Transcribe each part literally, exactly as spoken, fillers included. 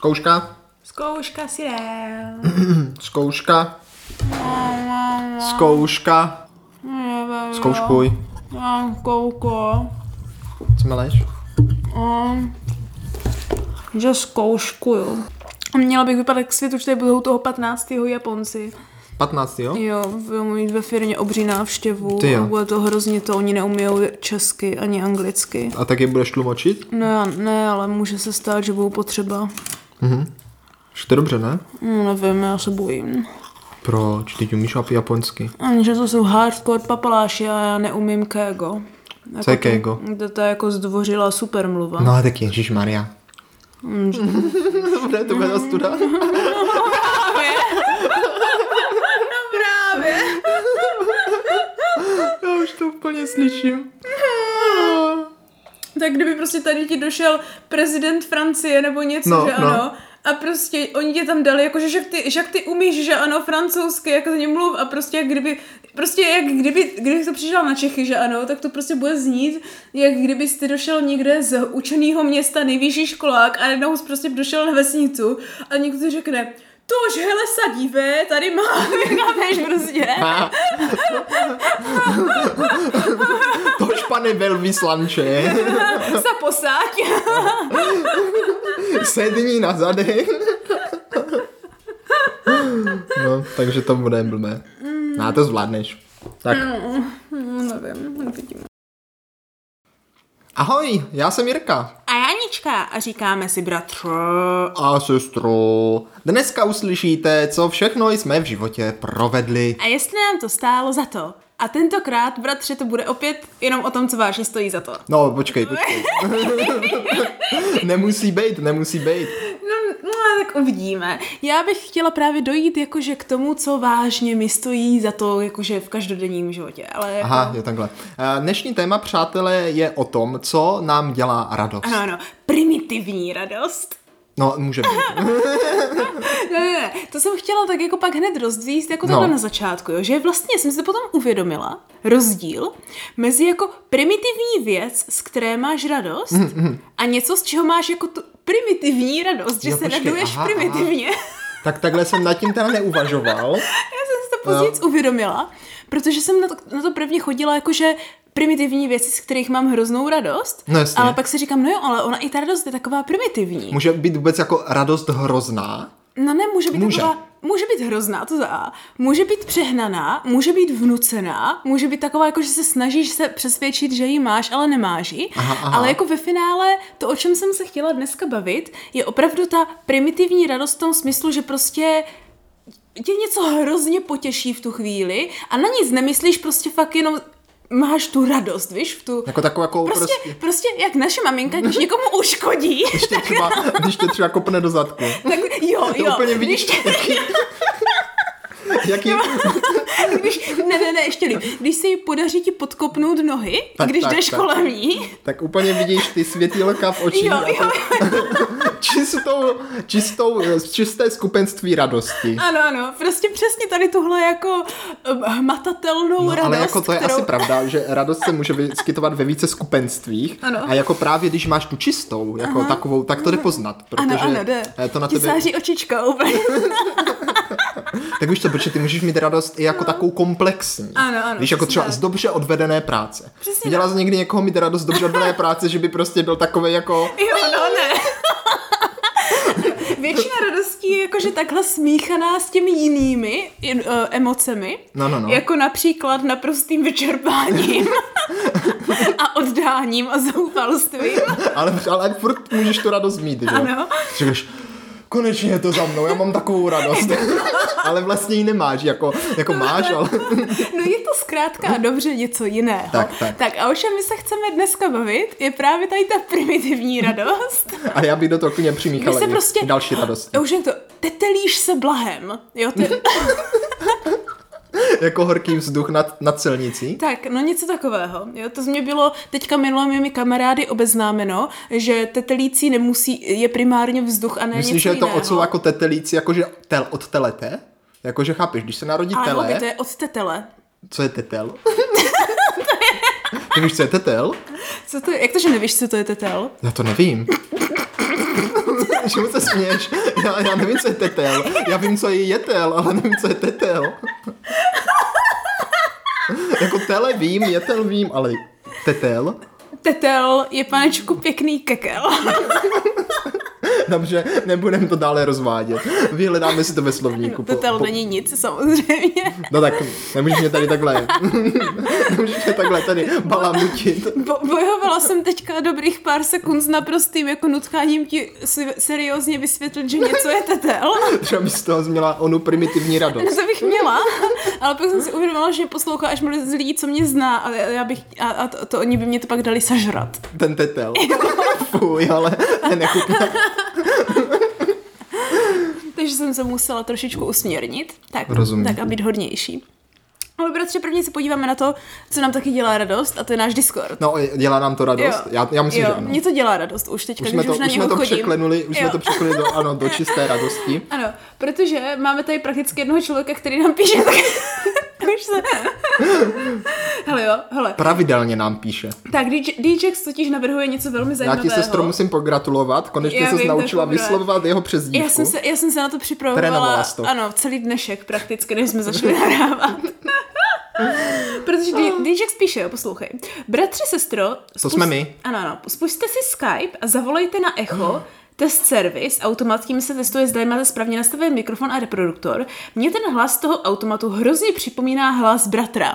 Zkouška. Zkouška si dál. Zkouška. Zkouška. Zkouškuj. Kouko. Co meleš? Um, že zkouškuju. Měla bych vypadat k světu, že tady budou toho patnáctého Japonci. patnáctého Jo, budou mít ve firmě obří návštěvu. Ty jo. A bude to hrozně to, oni neumíjou česky ani anglicky. A tak je budeš tlumočit? Ne, ne, ale může se stát, že budou potřeba. Mhm. Že to je dobře, ne? No, nevím, já se bojím. Proč? Ty umíš japonsky. Ani, že to jsou hardcore papaláši a já neumím kégo. Jako Co je kégo? To, to je jako zdvořilá supermluva. No tak ježišmarja. Mm, Bude to bude ostuda. Právě. Právě. Já už to úplně slyším. Tak kdyby prostě tady ti došel prezident Francie nebo něco, No, že no. ano, a prostě oni tě tam dali, jakože, že ty, že ty umíš, že ano, francouzsky, jak za ně mluv a prostě jak kdyby, prostě jak kdyby, kdyby to přišel na Čechy, že ano, tak to prostě bude znít, jak kdybyste došel někde z učeného města, nejvyšší školák a jednou prostě došel na vesnicu a někdo ti řekne, tož, hele, sadíve, tady mám, chápeš prostě. Tož, pane velvyslanče. Sa posáď. Sedni na zadek. No, takže to bude blbé. No, to zvládneš. Tak. No, nevím, nevidím. Ahoj, já jsem Jirka. A Janička a říkáme si bratře. A sestro. Dneska uslyšíte, co všechno jsme v životě provedli. A jestli nám to stálo za to. A tentokrát, bratře, to bude opět jenom o tom, co vážně stojí za to. No, počkej, počkej. Nemusí být, nemusí být. No, no, tak uvidíme. Já bych chtěla právě dojít jakože k tomu, co vážně mi stojí za to, jakože v každodenním životě. Ale jako... Aha, je takhle. Dnešní téma, přátelé, je o tom, co nám dělá radost. Ano, ano, primitivní radost. No, může být. Ne, ne, ne, to jsem chtěla tak jako pak hned rozdvíst jako No. tohle na začátku, jo? Že vlastně jsem se potom uvědomila rozdíl mezi jako primitivní věc, z které máš radost mm, mm. a něco, z čeho máš jako tu primitivní radost, že Jo, se počkej, raduješ aha, primitivně. Aha. Tak takhle jsem nad tím teda neuvažoval. Já jsem si to později no. uvědomila, protože jsem na to, na to prvně chodila jakože primitivní věci, z kterých mám hroznou radost, No jasně. ale pak si říkám, no jo, ale ona i ta radost je taková primitivní. Může být vůbec jako radost hrozná? No ne, může být Může. taková, může být hrozná, to za A. Může být přehnaná, může být vnucená, může být taková, jako že se snažíš se přesvědčit, že ji máš, ale nemáš ji. Aha, aha. Ale jako ve finále, to, o čem jsem se chtěla dneska bavit, je opravdu ta primitivní radost v tom smyslu, že prostě tě něco hrozně potěší v tu chvíli a na nic nemyslíš, prostě fakt jenom máš tu radost, víš, v tu... Jako takovou jako Prostě, prostě... prostě jak naše maminka, když někomu uškodí, Když tě třeba, když tě třeba kopne do zadku. tak jo, To jo. úplně vidíš, Když jaký... jaký... Když, ne, ne, ne, ještě líp. Když se jí podaří ti podkopnout nohy, Tak, když tak, jdeš tak. kolem ní. Tak úplně vidíš ty světýlka v očích. Jo, a jo, to- čistou, čistou, čisté skupenství radosti. Ano, ano, prostě přesně tady tuhle jako um, hmatatelnou No, radost, ale jako to je kterou... asi pravda, že radost se může vyskytovat ve více skupenstvích. Ano. A jako právě když máš tu čistou, jako Aha. takovou, tak to jde poznat. Protože Ano, ano, jde. to na Ti tebe... sáří očička úplně. Tak víš to, protože ty můžeš mít radost i jako no. takovou komplexní. Ano, ano, Víš, jako přesně třeba tak. z dobře odvedené práce. Přesně Viděla jsi někdy někoho mít radost z dobře odvedené práce, že by prostě byl takový jako... Jo, no ne. Většina radostí je jakože takhle smíchaná s těmi jinými uh, emocemi. No, no, no. Jako například naprostým vyčerpáním a oddáním a zoufalstvím. ale, ale furt můžeš tu radost mít, že? Ano. Říkáš, konečně je to za mnou, já mám takovou radost. Ale vlastně ji nemáš, jako, jako máš, ale... No je to zkrátka a dobře něco jiného. Tak, tak. tak a o čem my se chceme dneska bavit, je právě tady ta primitivní radost. A já bych do toho klidně přimíchal Kdy se i prostě, další radost. už je to, tetelíš se blahem. Jo, ty, Jako horký vzduch nad, nad silnicí. tak, no něco takového. Jo, to z mě bylo teďka minulé mými kamarády obeznámeno, že tetelící nemusí, je primárně vzduch a ne Myslíš, něco že je to jiného. od slova jako tetelící, jakože tel, od telete? Jakože chápeš, když se narodí Ale tele, hobby, to je od tetele. co je tetel? Ty víš, co je tetel? Co to je? Jak to, že nevíš, co to je tetel? Já to nevím. Čemu se směješ? Já, já nevím, co je tetel. Já vím, co je jetel, ale nevím, co je tetel. Jako tele vím, jetel vím, ale tetel? Tetel je, panečku, pěkný kekel. Dobře, nebudem to dále rozvádět. Vyhledáme si to ve slovníku. Tetel po, po... není nic, samozřejmě. No tak, nemůžeš mě tady takhle, nemůžeš mě takhle tady balamutit. Bo, bojovala jsem teďka dobrých pár sekund s naprostým jako nutkáním ti seriózně vysvětlit, že něco je tetel. Třeba bys z toho měla onu primitivní radost. No to bych měla, ale pak jsem si uvědomila, že poslouchá až mluví z lidí, co mě zná, a já bych, a, a to, to oni by mě to pak dali sažrat. Ten tetel. Fuj, ale nechutná. Takže jsem se musela trošičku usměrnit, tak, Rozumím. tak a být hodnější. Ale bratře, prvně se podíváme na to, co nám taky dělá radost, a to je náš Discord. No, dělá nám to radost? Jo. Já, já myslím, jo, že ano. Mně to dělá radost už teďka, už když jsme to, už na už něho jsme to chodím. překlenuli, už jo. jsme to překlenuli do, ano, do čisté radosti. Ano, protože máme tady prakticky jednoho člověka, který nám píše, tak už se... Hele jo, hele. Pravidelně nám píše. Tak, DJX totiž navrhuje něco velmi zajímavého. Já ti, sestro, musím pogratulovat, konečně ses naučila vyslovovat jeho přezdívku. Já jsem se, já jsem se na to připravovala, ano, celý dnešek prakticky, než jsme začali nahrávat. Protože DJX píše, jo, poslouchej. Bratře, sestro... To spust... jsme my. Ano, ano. Spusťte si Skype a zavolejte na Echo, test servis, automat, tím se testuje, zda máte správně nastavený mikrofon a reproduktor. Mně ten hlas toho automatu hrozně připomíná hlas bratra.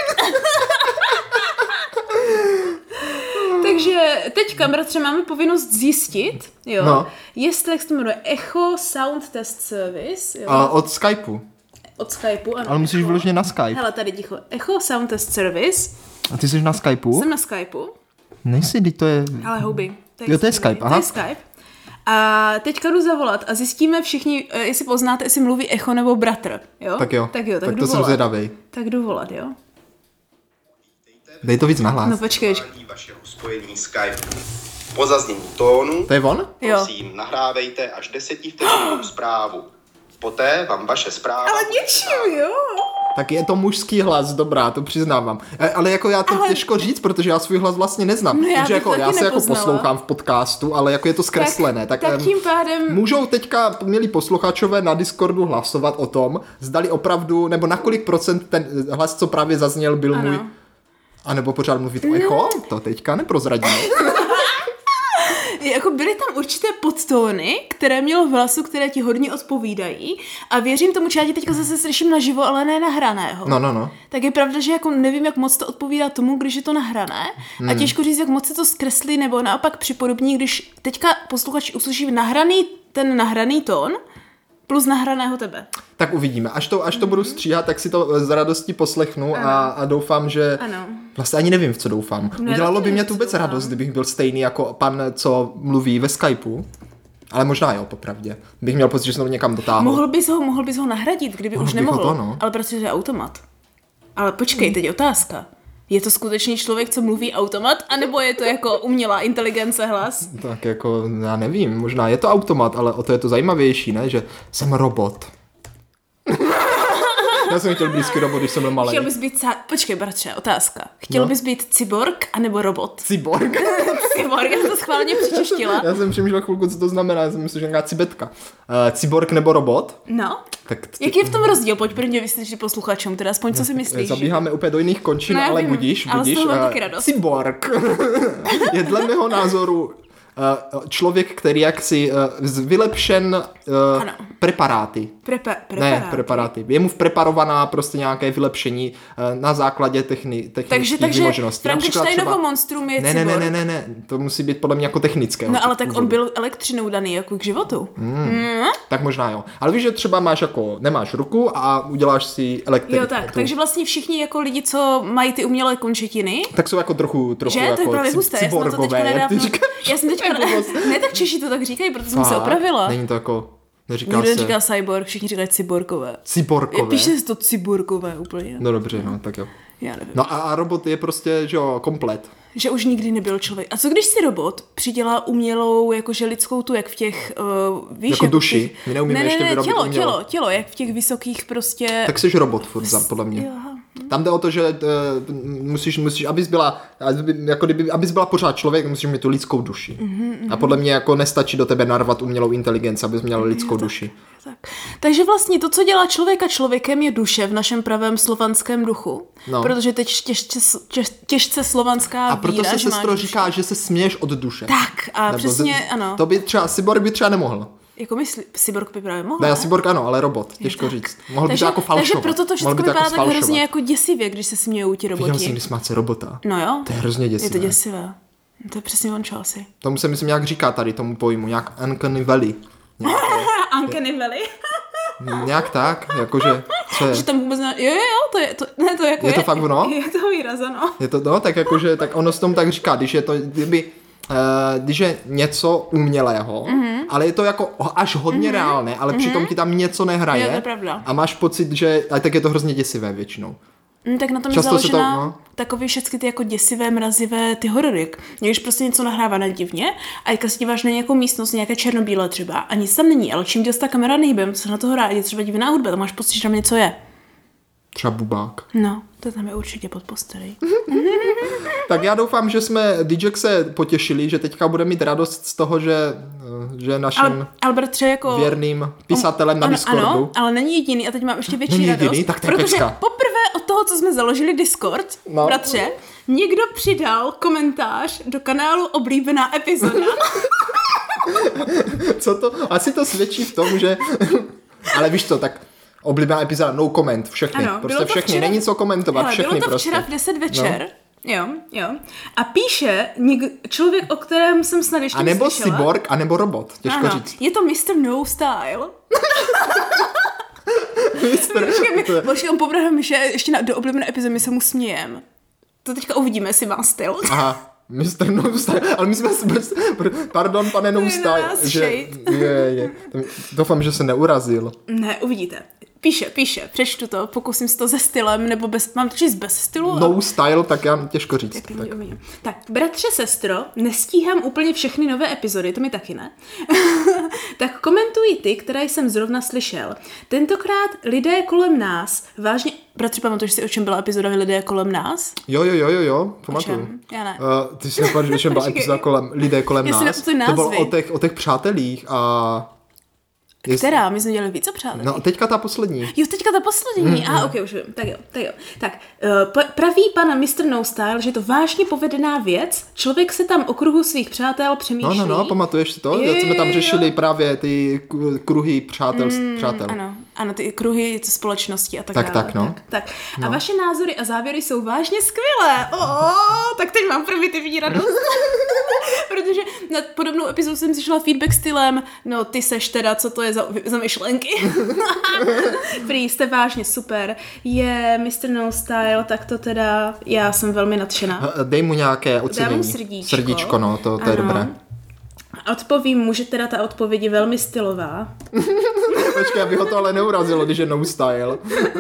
Takže teďka, bratře, máme povinnost zjistit, jo, no. jestli, jak se to jmenuje, Echo Sound Test Service. Jo. A od Skypeu. Od Skypeu, ano. Ale musíš Echo. vyloženě na Skype. Hele, tady ticho. Echo Sound Test Service. A ty jsi na Skypeu? Jsem na Skypeu. Nejsi, teď to je... Ale houby. Jo, to je Skype, aha. To je Skype. A teďka jdu zavolat a zjistíme všichni, jestli poznáte, jestli mluví Echo nebo bratr, jo? Tak jo, tak, jo, tak, tak jdu to volat. jsem zvědavej. Tak jdu volat, jo? Dej to víc nahlas. No počkej. Vašeho spojení Skype. Po zaznění tónu, To je on? prosím, nahrávejte až desetivteřinovou zprávu. Poté vám vaše zpráva... Ale něčím, jo? Tak je to mužský hlas, dobrá, to přiznávám. E, ale jako já to Ale... těžko říct, protože já svůj hlas vlastně neznám. No já takže bych jako taky já se jako nepoznala. poslouchám v podcastu, ale jako je to zkreslené. Tak, Tak, tak em, tím pádem... můžou teďka, milí posluchačové, na Discordu hlasovat o tom, zdali opravdu, nebo na kolik procent ten hlas, co právě zazněl, byl Ano. můj. A nebo pořád mluvit o echo? To teďka neprozradíme. Jako byly tam určité podtóny, které mělo v hlasu, které ti hodně odpovídají, a věřím tomu, že já tě teďka zase slyším naživo, ale ne nahraného. No, no, no. Tak je pravda, že jako nevím, jak moc to odpovídá tomu, když je to nahrané, Hmm. a těžko říct, jak moc se to zkreslí nebo naopak připodobní, když teďka posluchač uslyší nahraný, ten nahraný tón plus nahraného tebe. Tak uvidíme. Až to, až to budu stříhat, tak si to z radostí poslechnu a, a doufám, že... Ano. Vlastně ani nevím, v co doufám. No, Udělalo by nevím, mě v tu co vůbec doufám. radost, kdybych byl stejný jako pan, co mluví ve Skypeu. Ale možná jo, popravdě. Bych měl pocit, že jsem to někam dotáhl. Mohl bys ho, mohl bys ho nahradit, kdyby Mohl už bych ho nemohl, to, no. ale protože je automat. Ale počkej, teď je otázka. Je to skutečný člověk, co mluví automat, anebo je to jako umělá inteligence hlas? Tak jako, já nevím, možná je to automat, ale o to je to zajímavější, ne? Že jsem robot. Já jsem chtěl blízký robot, když jsem byl malý. Chtěl bys být... Ca... Počkej, bratře, otázka. Chtěl No. bys být cyborg, anebo robot? Cyborg. Cyborg, já jsem to schválně přečeštila. Já jsem přemýšlel chvilku, co to znamená, já jsem myslel, že nějaká cibetka. Uh, cyborg nebo robot? No. Tak Jaký je v tom rozdíl? Pojď prvně vysvětlit posluchačům, teda aspoň co si myslíš. Zabíháme úplně do jiných končin, No, já ale vím, budíš, ale z budíš. toho mám eh, taky radost. Cyborg je dle mého názoru eh, člověk, který jaksi uh, vylepšen uh, Ano. preparáty. Prepa- preparáty. Ne, preparáty. Je mu vpreparovaná prostě nějaké vylepšení uh, na základě techni- technických Takže, takže vymožeností. Například Frankensteinovo monstrum je ne, ne, cyborg. ne, ne, ne, ne, to musí být podle mě jako technické. No ale tak on byl elektřinou daný jako k životu. Mm. Tak možná jo. Ale víš, že třeba máš jako, nemáš ruku a uděláš si elektriku. Jo tak, takže vlastně všichni jako lidi, co mají ty umělé končetiny, Tak jsou jako trochu, trochu že? jako To je právě cy- husté, já jsem na to teďka cyborgové, jak ty nedávno... říkáš. Já jsem teďka... To je blbost. Ne, tak Češi to tak říkají, proto jsem se Fakt? opravila. Není to jako, neříká Nikdo se neříká cyborg, všichni říkají cyborgové. cyborgové. Píše se to cyborgové úplně. No dobře, no, tak jo. Já nevím. No a, a robot je prostě, že jo, komplet. Že už nikdy nebyl člověk. A co když si robot přidělá umělou, jakože lidskou tu, jak v těch, uh, víš, Jako jak v duši. těch... My neumíme ne, ne, ještě ne, vyrobit tělo, umělou. tělo, tělo, jak v těch vysokých prostě... Tak jsi robot furt, za, podle mě. Jo, aha. Tam jde o to, že uh, musíš, musíš, abys byla, jako kdyby, abys byla pořád člověk, musíš mít tu lidskou duši. Mm-hmm. A podle mě jako nestačí do tebe narvat umělou inteligenci, abys měla lidskou duši. Tak. Takže vlastně to, co dělá člověka člověkem, je duše v našem pravém slovanském duchu. No. Protože teď těžce, těž, těžce slovanská a proto víra, se že sestro říká, že se směješ od duše. Tak a Nebo přesně, z, ano. To by třeba, Cyborg by třeba nemohl. Jako myslí, Cyborg by právě mohl, ne? Ne, Cyborg ano, ale robot, těžko říct. Mohl takže, by to jako falšovat. Takže proto to všechno vypadá jako tak hrozně jako děsivě, když se smějou ti roboti. Viděl jsem, když smáce robota. No jo. To je hrozně děsivé. Je to děsivé. To je přesně on asi. Tomu se myslím nějak říká tady, tomu pojmu, nějak Uncanny Valley. Uncanny Valley. Nějak tak, jakože, co je? Že tam vůbec ne... Jo, jo, jo, to je, to, ne, to jako je. Je to fakt ono? Je to výraz, ano. Je to, no, tak jakože, tak ono se tomu tak říká, když je to, kdyby, uh, když je něco umělého, mm-hmm. ale je to jako až hodně mm-hmm. reálné, ale mm-hmm. přitom ti tam něco nehraje. Jo, to je pravda. A máš pocit, že, a tak je to hrozně děsivé většinou. Mm, tak na tom Často je založená to, no. takový všechny ty jako děsivé, mrazivé ty horory. Když prostě něco nahrává na divně a jak si díváš na nějakou místnost, nějaké černobílé třeba a nic tam není, ale čím děl ta kamera nehybem, co na toho hrá, je třeba divná hudba, tam máš pocit, že tam něco je. Třeba bubák. No, to tam je určitě pod postelí. Tak já doufám, že jsme Dijak se potěšili, že teďka bude mít radost z toho, že, že naším ale, ale bratře, jako... věrným písatelem na ano, Discordu. Ano, ale není jediný a teď mám ještě větší není radost. Jediný? Tak to je protože pecka. poprvé od toho, co jsme založili Discord, no. bratře, někdo přidal komentář do kanálu Oblíbená epizoda. Co to? Asi to svědčí v tom, že... Ale víš co, tak... Oblíbená epizoda, no comment, všechny, ano, prostě všechny, včera... není co komentovat, Hele, všechny bylo to prostě. včera v deset večer, no. jo, jo, a píše něk- člověk, o kterém jsem snad ještě A nebo neslyšela. Cyborg, a nebo robot, těžko ano, říct. je to mister No Style. mister Bože, on pobrahám, že ještě na, do oblíbené epizody my se mu smějem. To teďka uvidíme, jestli má styl. Aha. mister No Style, ale my jsme si... Pardon, pane No Style. Že, je, je. Doufám, že se neurazil. Ne, uvidíte. Píše, píše, přečtu to, pokusím si to se stylem, nebo bez, mám to číst bez stylu. No a... style, tak já těžko říct. Tak, tak. tak, bratře, sestro, nestíhám úplně všechny nové epizody, to mi taky ne. Tak komentují ty, které jsem zrovna slyšel. Tentokrát lidé kolem nás, vážně, bratře, pamatuješ si, o čem byla epizoda lidé kolem nás? Jo, jo, jo, jo, jo, pamatuju. Já ne. Uh, ty si nepamatuješ, o čem byla epizoda kolem, lidé kolem Já nás. To bylo o těch, o těch přátelích a... Která? My jsme dělali více přátel. No, teďka ta poslední. Jo, teďka ta poslední. Mm, ah, ok, už vím. Tak jo, tak jo. Tak, uh, praví pan mister No Style, že je to vážně povedená věc. Člověk se tam o kruhu svých přátel přemýšlí. No, no, no, pamatuješ si to? Jo, jsme tam řešili jo. právě ty kruhy přátel. Mm, přátel. Ano, ano, ty kruhy společnosti a tak, tak dále. Tak, no. Tak, tak. No. A vaše názory a závěry jsou vážně skvělé. Oh, tak teď mám primitivní radost. Protože na podobnou epizodu jsem slyšela feedback stylem, no ty seš teda, co to je za, za myšlenky. Prý, jste vážně super. Je mister No Style, tak to teda, já jsem velmi nadšená. Dej mu nějaké ocenění. Dám mu srdíčko. Srdíčko, no, to, to je dobré. Odpovím mu, že teda ta odpověď je velmi stylová. Počkej, aby ho to ale neurazilo, když je No Style.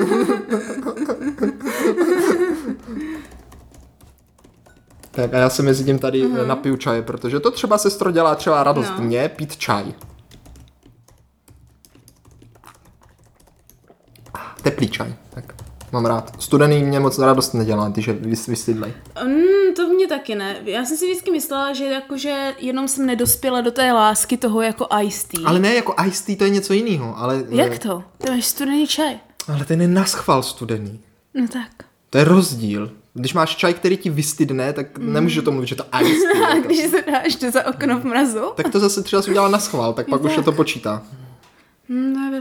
Tak a já se mezi tím tady mm-hmm. napiju čaj, protože to třeba sestro dělá třeba radost no. mě pít čaj. Teplý čaj, tak mám rád. Studený mě moc radost nedělá, když je vystydlej. Mm, to mě taky ne. Já jsem si vždycky myslela, že jakože jenom jsem nedospěla do té lásky toho jako iced tea. Ale ne, jako iced tea to je něco jiného, ale... Jak to? To máš studený čaj. Ale ten je naschvál studený. No tak. To je rozdíl. Když máš čaj, který ti vystydne, tak mm. nemůžeš to mluvit, že to iced tea. A když se dáš to za okno v mrazu? Tak to zase třeba si udělala naschvál, tak pak tak. už se to počítá. Mm,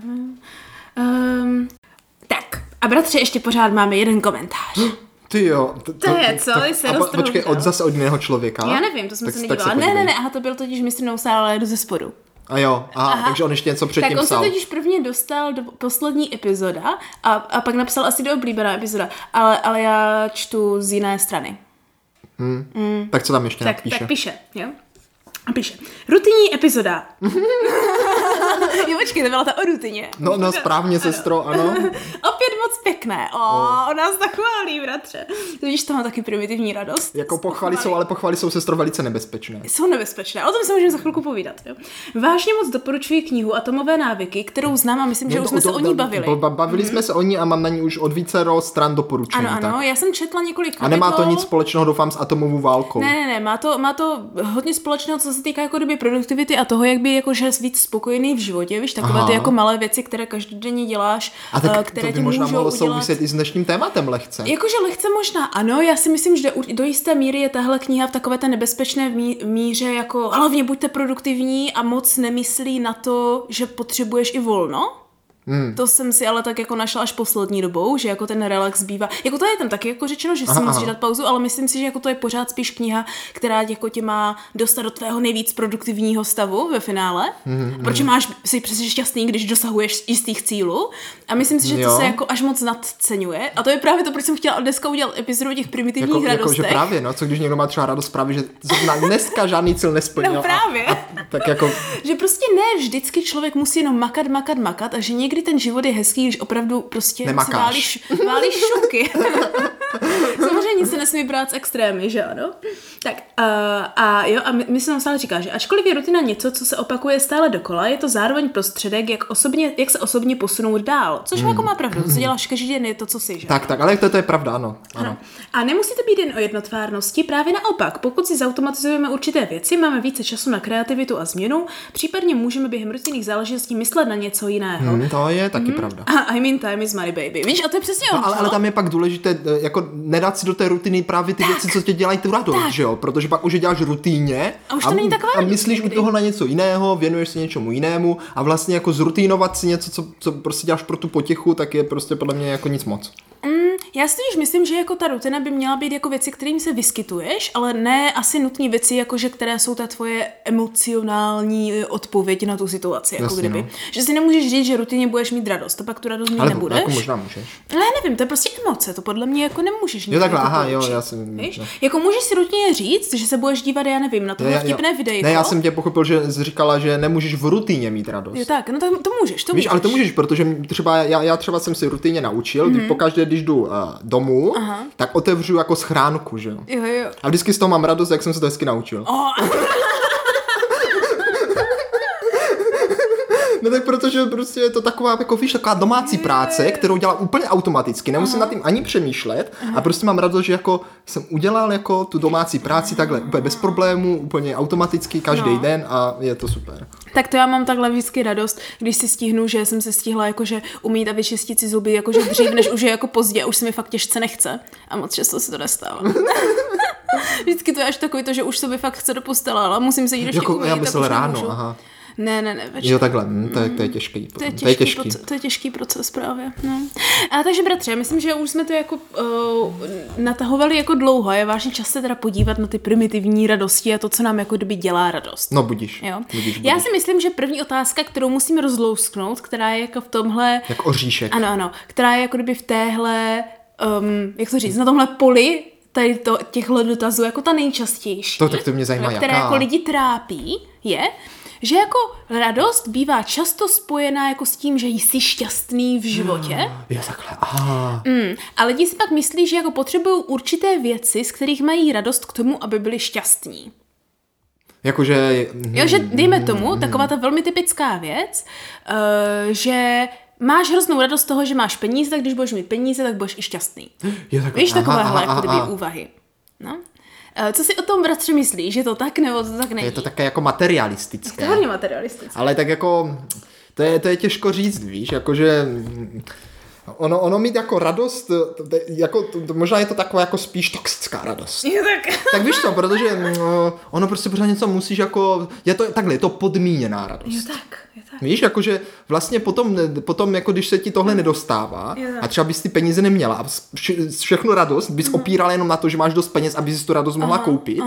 um, tak, a bratře, ještě pořád máme jeden komentář. Ty jo. To, to, to je co? To, se po, počkej, od, zase od jiného člověka? Já nevím, to jsem tak, se nedívala. Ne, ne, ne, aha, to byl totiž mister No Style, ale jdu ze spodu. A jo, aha, aha. Takže on ještě něco předtím psal. Tak on psal. se totiž prvně dostal do poslední epizoda a, a pak napsal asi do oblíbená epizoda, ale, ale já čtu z jiné strany. Hmm. Mm. Tak co tam ještě tak, napíše? Tak píše, jo. A píše, rutinní epizoda. Jo, počkej, to byla ta o rutině. No, no správně, sestro, ano. Opět moc pěkné. O, oh. ona nás tak chválí, bratře. Víš, to má taky primitivní radost. Jako pochvaly jsou, ale pochvaly jsou, sestro, velice nebezpečné. Jsou nebezpečné, o tom se můžeme za chvilku povídat. Jo. Vážně moc doporučuji knihu Atomové návyky, kterou znám a myslím, že no, už jsme to, se o ní bavili. Bavili mm-hmm. jsme se o ní a mám na ní už od vícero stran doporučení. Ano, ano, tak. já jsem četla několik kapitol. A nemá to nic společného, doufám, s atomovou válkou. Ne, ne, ne, má to, má to hodně společného, co se týká jako doby produktivity a toho, jak by jakože víc spokojený v životě, víš, takové Aha. ty jako malé věci, které každodenně děláš, a tak které to by ti možná můžou mohlo udělat... souviset i s dnešním tématem lehce. Jakože lehce možná ano, já si myslím, že do jisté míry je tahle kniha v takové té nebezpečné míře jako hlavně buďte produktivní a moc nemyslí na to, že potřebuješ i volno. Hmm. To jsem si ale tak jako našla až poslední dobou, že jako ten relax bývá. Jako to je tam taky jako řečeno, že si musíš dát pauzu, ale myslím si, že jako to je pořád spíš kniha, která jako tě má dostat do tvého nejvíc produktivního stavu ve finále. Hmm, protože máš si přesně šťastný, když dosahuješ jistých cílů. A myslím si, že jo. to se jako až moc nadceňuje. A to je právě to, proč jsem chtěla dneska udělat epizodu o těch primitivních jako, radostech. Jako, že právě, no, co když někdo má třeba radost právě, že dneska žádný cíl nesplnil. No právě. A, a, tak jako... že prostě ne vždycky člověk musí jenom makat, makat, makat a že někdy ten život je hezký, když opravdu prostě Nemakáš. si válíš, válíš šunky. Samozřejmě nic se nesmí brát z extrémy, že ano? Tak uh, a jo, a my, my se nám stále říká, že ačkoliv je rutina něco, co se opakuje stále dokola, je to zároveň prostředek, jak, osobně, jak se osobně posunout dál. Což hmm. jako má pravdu, co děláš každý den, je to, co jsi, že? Tak, tak, ale to, to je pravda, ano. ano. A nemusí to být jen o jednotvárnosti, právě naopak. Pokud si zautomatizujeme určité věci, máme více času na kreativitu a změnu, případně můžeme během rutinných záležitostí myslet na něco jiného. Hmm, to je taky hmm. pravda. I mean time is money, baby. Víš, a to je přesně no, on. ale, ale tam je pak důležité, jako nedat si do té rutiny právě ty tak. věci, co tě dělají tu radost, tak. že jo? Protože pak už je děláš rutině a, už to a, není a myslíš u toho na něco jiného, věnuješ se něčemu jinému a vlastně jako zrutínovat si něco, co, co prostě děláš pro tu potěchu, tak je prostě podle mě jako nic moc. Mm, já si totiž myslím, že jako ta rutina by měla být jako věci, kterým se vyskytuješ, ale ne asi nutně věci, jakože které jsou ta tvoje emocionální odpověď na tu situaci, jako Jasně, kdyby. No. Že si nemůžeš říct, že rutině budeš mít radost, to pak tu radost mít ale nebudeš. jako možná můžeš. Ale nevím, to je prostě emoce, to podle mě jako nemůžeš. Jo takhle, aha, jo, já jsem... Víš? Jako můžeš si rutině říct, že se budeš dívat, já nevím, na tohle vtipné videjko. Ne, já jsem tě pochopil, že jsi říkala, že nemůžeš v rutině mít radost. Jo tak, no to, to můžeš, to Víš, můžeš. ale to můžeš, protože třeba já, já třeba jsem si rutině naučil, mm-hmm. pokaždé, když jdu uh, domů, Aha. tak otevřu jako schránku, že jo. Jo, jo. A vždycky z toho mám radost, jak jsem se to hezky naučil. Oh. No tak protože prostě je to taková, jako víš, taková domácí práce, kterou dělám úplně automaticky, nemusím Aha. nad tím ani přemýšlet Aha. a prostě mám radost, že jako jsem udělal jako tu domácí práci takhle úplně bez problémů, úplně automaticky každý no. den a je to super. Tak to já mám takhle vždycky radost, když si stihnu, že jsem se stihla jakože umýt a vyčistit si zuby jakože dřív, než už je jako pozdě a už se mi fakt těžce nechce. A moc často se to nestává. Vždycky to je až takový to, že už se mi fakt chce do postele, ale musím se jít ještě jako, umýt. Já myslel ráno, aha. Ne, ne, ne. Večer. Jo, takhle, hm, to, je, to je těžký. To je těžký, to je těžký. Proces, to je těžký proces právě. No. A takže bratře, myslím, že už jsme to jako uh, natahovali jako dlouho. Je vážně čas se teda podívat na ty primitivní radosti a to, co nám jako doby dělá radost. No budíš. Jo? budíš, budíš. Já si myslím, že první otázka, kterou musíme rozlousknout, která je jako v tomhle... Jak oříšek. Ano, ano. Která je jako doby v téhle, um, jak to říct, na tomhle poli tady to, těchhle dotazů jako ta nejčastější. To tak to mě zajímá, která jaká. jako lidi trápí, je... že jako radost bývá často spojená jako s tím, že jsi šťastný v životě. Je takhle, aha. Mm, a lidi si pak myslí, že jako potřebují určité věci, z kterých mají radost k tomu, aby byli šťastní. Jakože... Jo, že dejme tomu, taková ta velmi typická věc, uh, že máš hroznou radost z toho, že máš peníze, tak když budeš mít peníze, tak budeš i šťastný. Je takhle, víš, takovéhle aha, jako aha, kdyby úvahy. No. Co si o tom, bratře, myslíš? Je to tak, nebo to tak není? Je to také jako materialistické. Je to hodně materialistické. Ale tak jako, to je, to je těžko říct, víš, jakože ono, ono mít jako radost, to, to, jako, to, to, možná je to taková jako spíš toxická radost. Je tak. Tak víš co, protože no, ono prostě pořád něco musíš jako, je to takhle, je to podmíněná radost. Je tak, je tak. Víš, jakože vlastně potom, potom jako když se ti tohle nedostává a třeba bys ty peníze neměla a vše, všechnu radost bys opírala jenom na to, že máš dost peněz, aby si tu radost mohla aha, koupit, aha.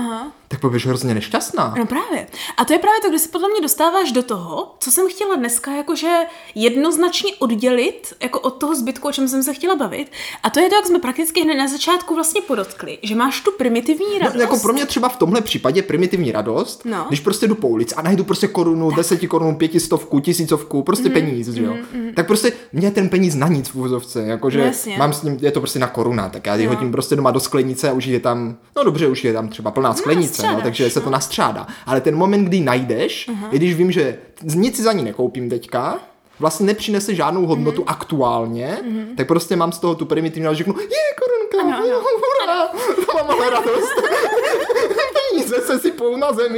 tak budeš hrozně nešťastná. No právě. A to je právě to, kde se podle mě dostáváš do toho, co jsem chtěla dneska jakože jednoznačně oddělit jako od toho zbytku, o čem jsem se chtěla bavit. A to je to, jak jsme prakticky hned na začátku vlastně podotkli, že máš tu primitivní radost. No, jako pro mě třeba v tomhle případě primitivní radost, no. když prostě jdu po ulici a najdu prostě korunu, tak. deseti korun, pětistovku, tisícovku, prostě mm, peníz, mm, že jo. Mm. Tak prostě mě ten peníz na nic v úvozovce, jakože no, mám s ním, je to prostě na koruna, tak já ji no. hodím prostě doma do sklenice a už je tam, no dobře, už je tam třeba plná sklenice, no, takže se to nastřádá. Ale ten moment, kdy najdeš, uh-huh. i když vím, že nic si za ní nekoupím teďka, vlastně nepřinese žádnou hodnotu uh-huh. aktuálně, uh-huh. tak prostě mám z toho tu primitivní a řeknu, je, korunka, ano, ano. hurá, to mám ale radost. Peníze se sypou na zemi.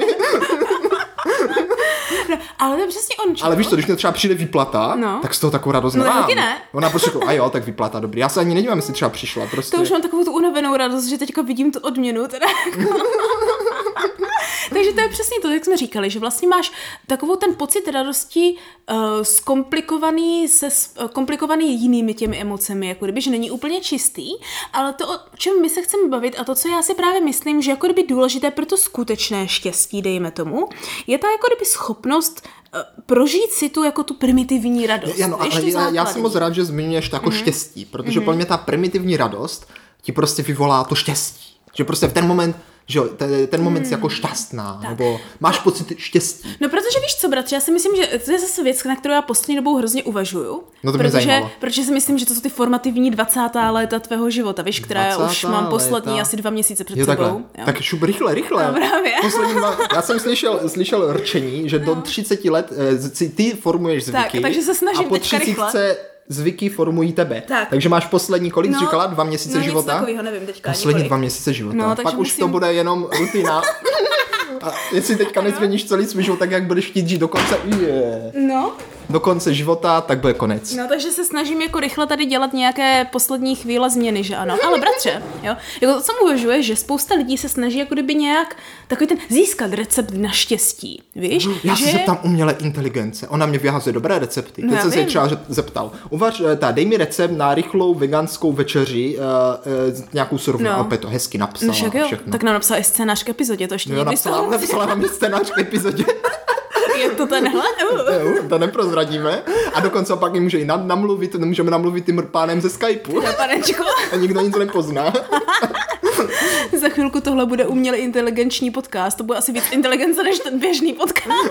No, ale to je přesně on, čo? Ale víš co, když mě třeba přijde výplata, no. tak z toho takovou radost no, nemám. taky ne. Ona prostě řekla, a jo, tak výplata, dobrý. Já se ani nedívám, jestli třeba přišla. Prostě. To už mám takovou tu unavenou radost, že teďka vidím tu odměnu. Teda. Takže to je přesně to, jak jsme říkali, že vlastně máš takovou ten pocit radosti uh, zkomplikovaný se uh, komplikovaný jinými těmi emocemi, jako kdyby, že není úplně čistý, ale to, o čem my se chceme bavit a to, co já si právě myslím, že jako kdyby důležité pro to skutečné štěstí, dejme tomu, je ta jako kdyby schopnost uh, prožít si tu jako tu primitivní radost. Já, no, ale já, já jsem moc rád, že zmiňuješ to jako mm-hmm. štěstí, protože mm-hmm. pro mě ta primitivní radost ti prostě vyvolá to štěstí. Že prostě v ten moment že jo, ten, ten moment hmm. jsi jako šťastná, tak. nebo máš pocit štěstí. No protože víš co, bratře, já si myslím, že to je zase věc, na kterou já poslední dobou hrozně uvažuju. No to protože, mě zajímalo. Protože si myslím, že to jsou ty formativní dvacátá léta tvého života, víš, která já už mám poslední léta. asi dva měsíce před jo, sebou. Jo. Tak šup, rychle, rychle. No, právě. Dva, já jsem slyšel, slyšel rčení, že no. do třiceti let eh, ty formuješ zvyky. Tak, takže se snažím a po teďka třicítce zvyky formují tebe. Tak. Takže máš poslední, kolik no, říkala? Dva měsíce no, života? No nic takovýho, nevím teďka. Poslední několik. dva měsíce života. No, pak už musím... to bude jenom rutina. A jestli teďka nezměníš celý svůj život, tak jak budeš chtít žít do konce, yeah. no. do konce života, tak bude konec. No, takže se snažím jako rychle tady dělat nějaké poslední chvíle změny, že ano. Ale bratře, jo, jako to, co mu uvažuje, že spousta lidí se snaží jako kdyby nějak takový ten získat recept na štěstí, víš? Já že... se zeptám umělé inteligence, ona mě vyhazuje dobré recepty. No, Teď jsem se třeba zeptal, uvař, ta, dej mi recept na rychlou veganskou večeři, uh, uh, nějakou surovinu, no. opět to hezky napsala. No však jo, všechno. Tak nám napsala i scénář k epizodě, to ještě jo, napsala, napsala nám scénář k epizodě. Je to tenhle? Uh. To neprozradíme. A dokonce pak může i namluvit, můžeme namluvit tím pánem ze Skypeu. Na panečko. A nikdo nic nepozná. Za chvilku tohle bude uměle inteligenční podcast. To bude asi víc inteligence než ten běžný podcast.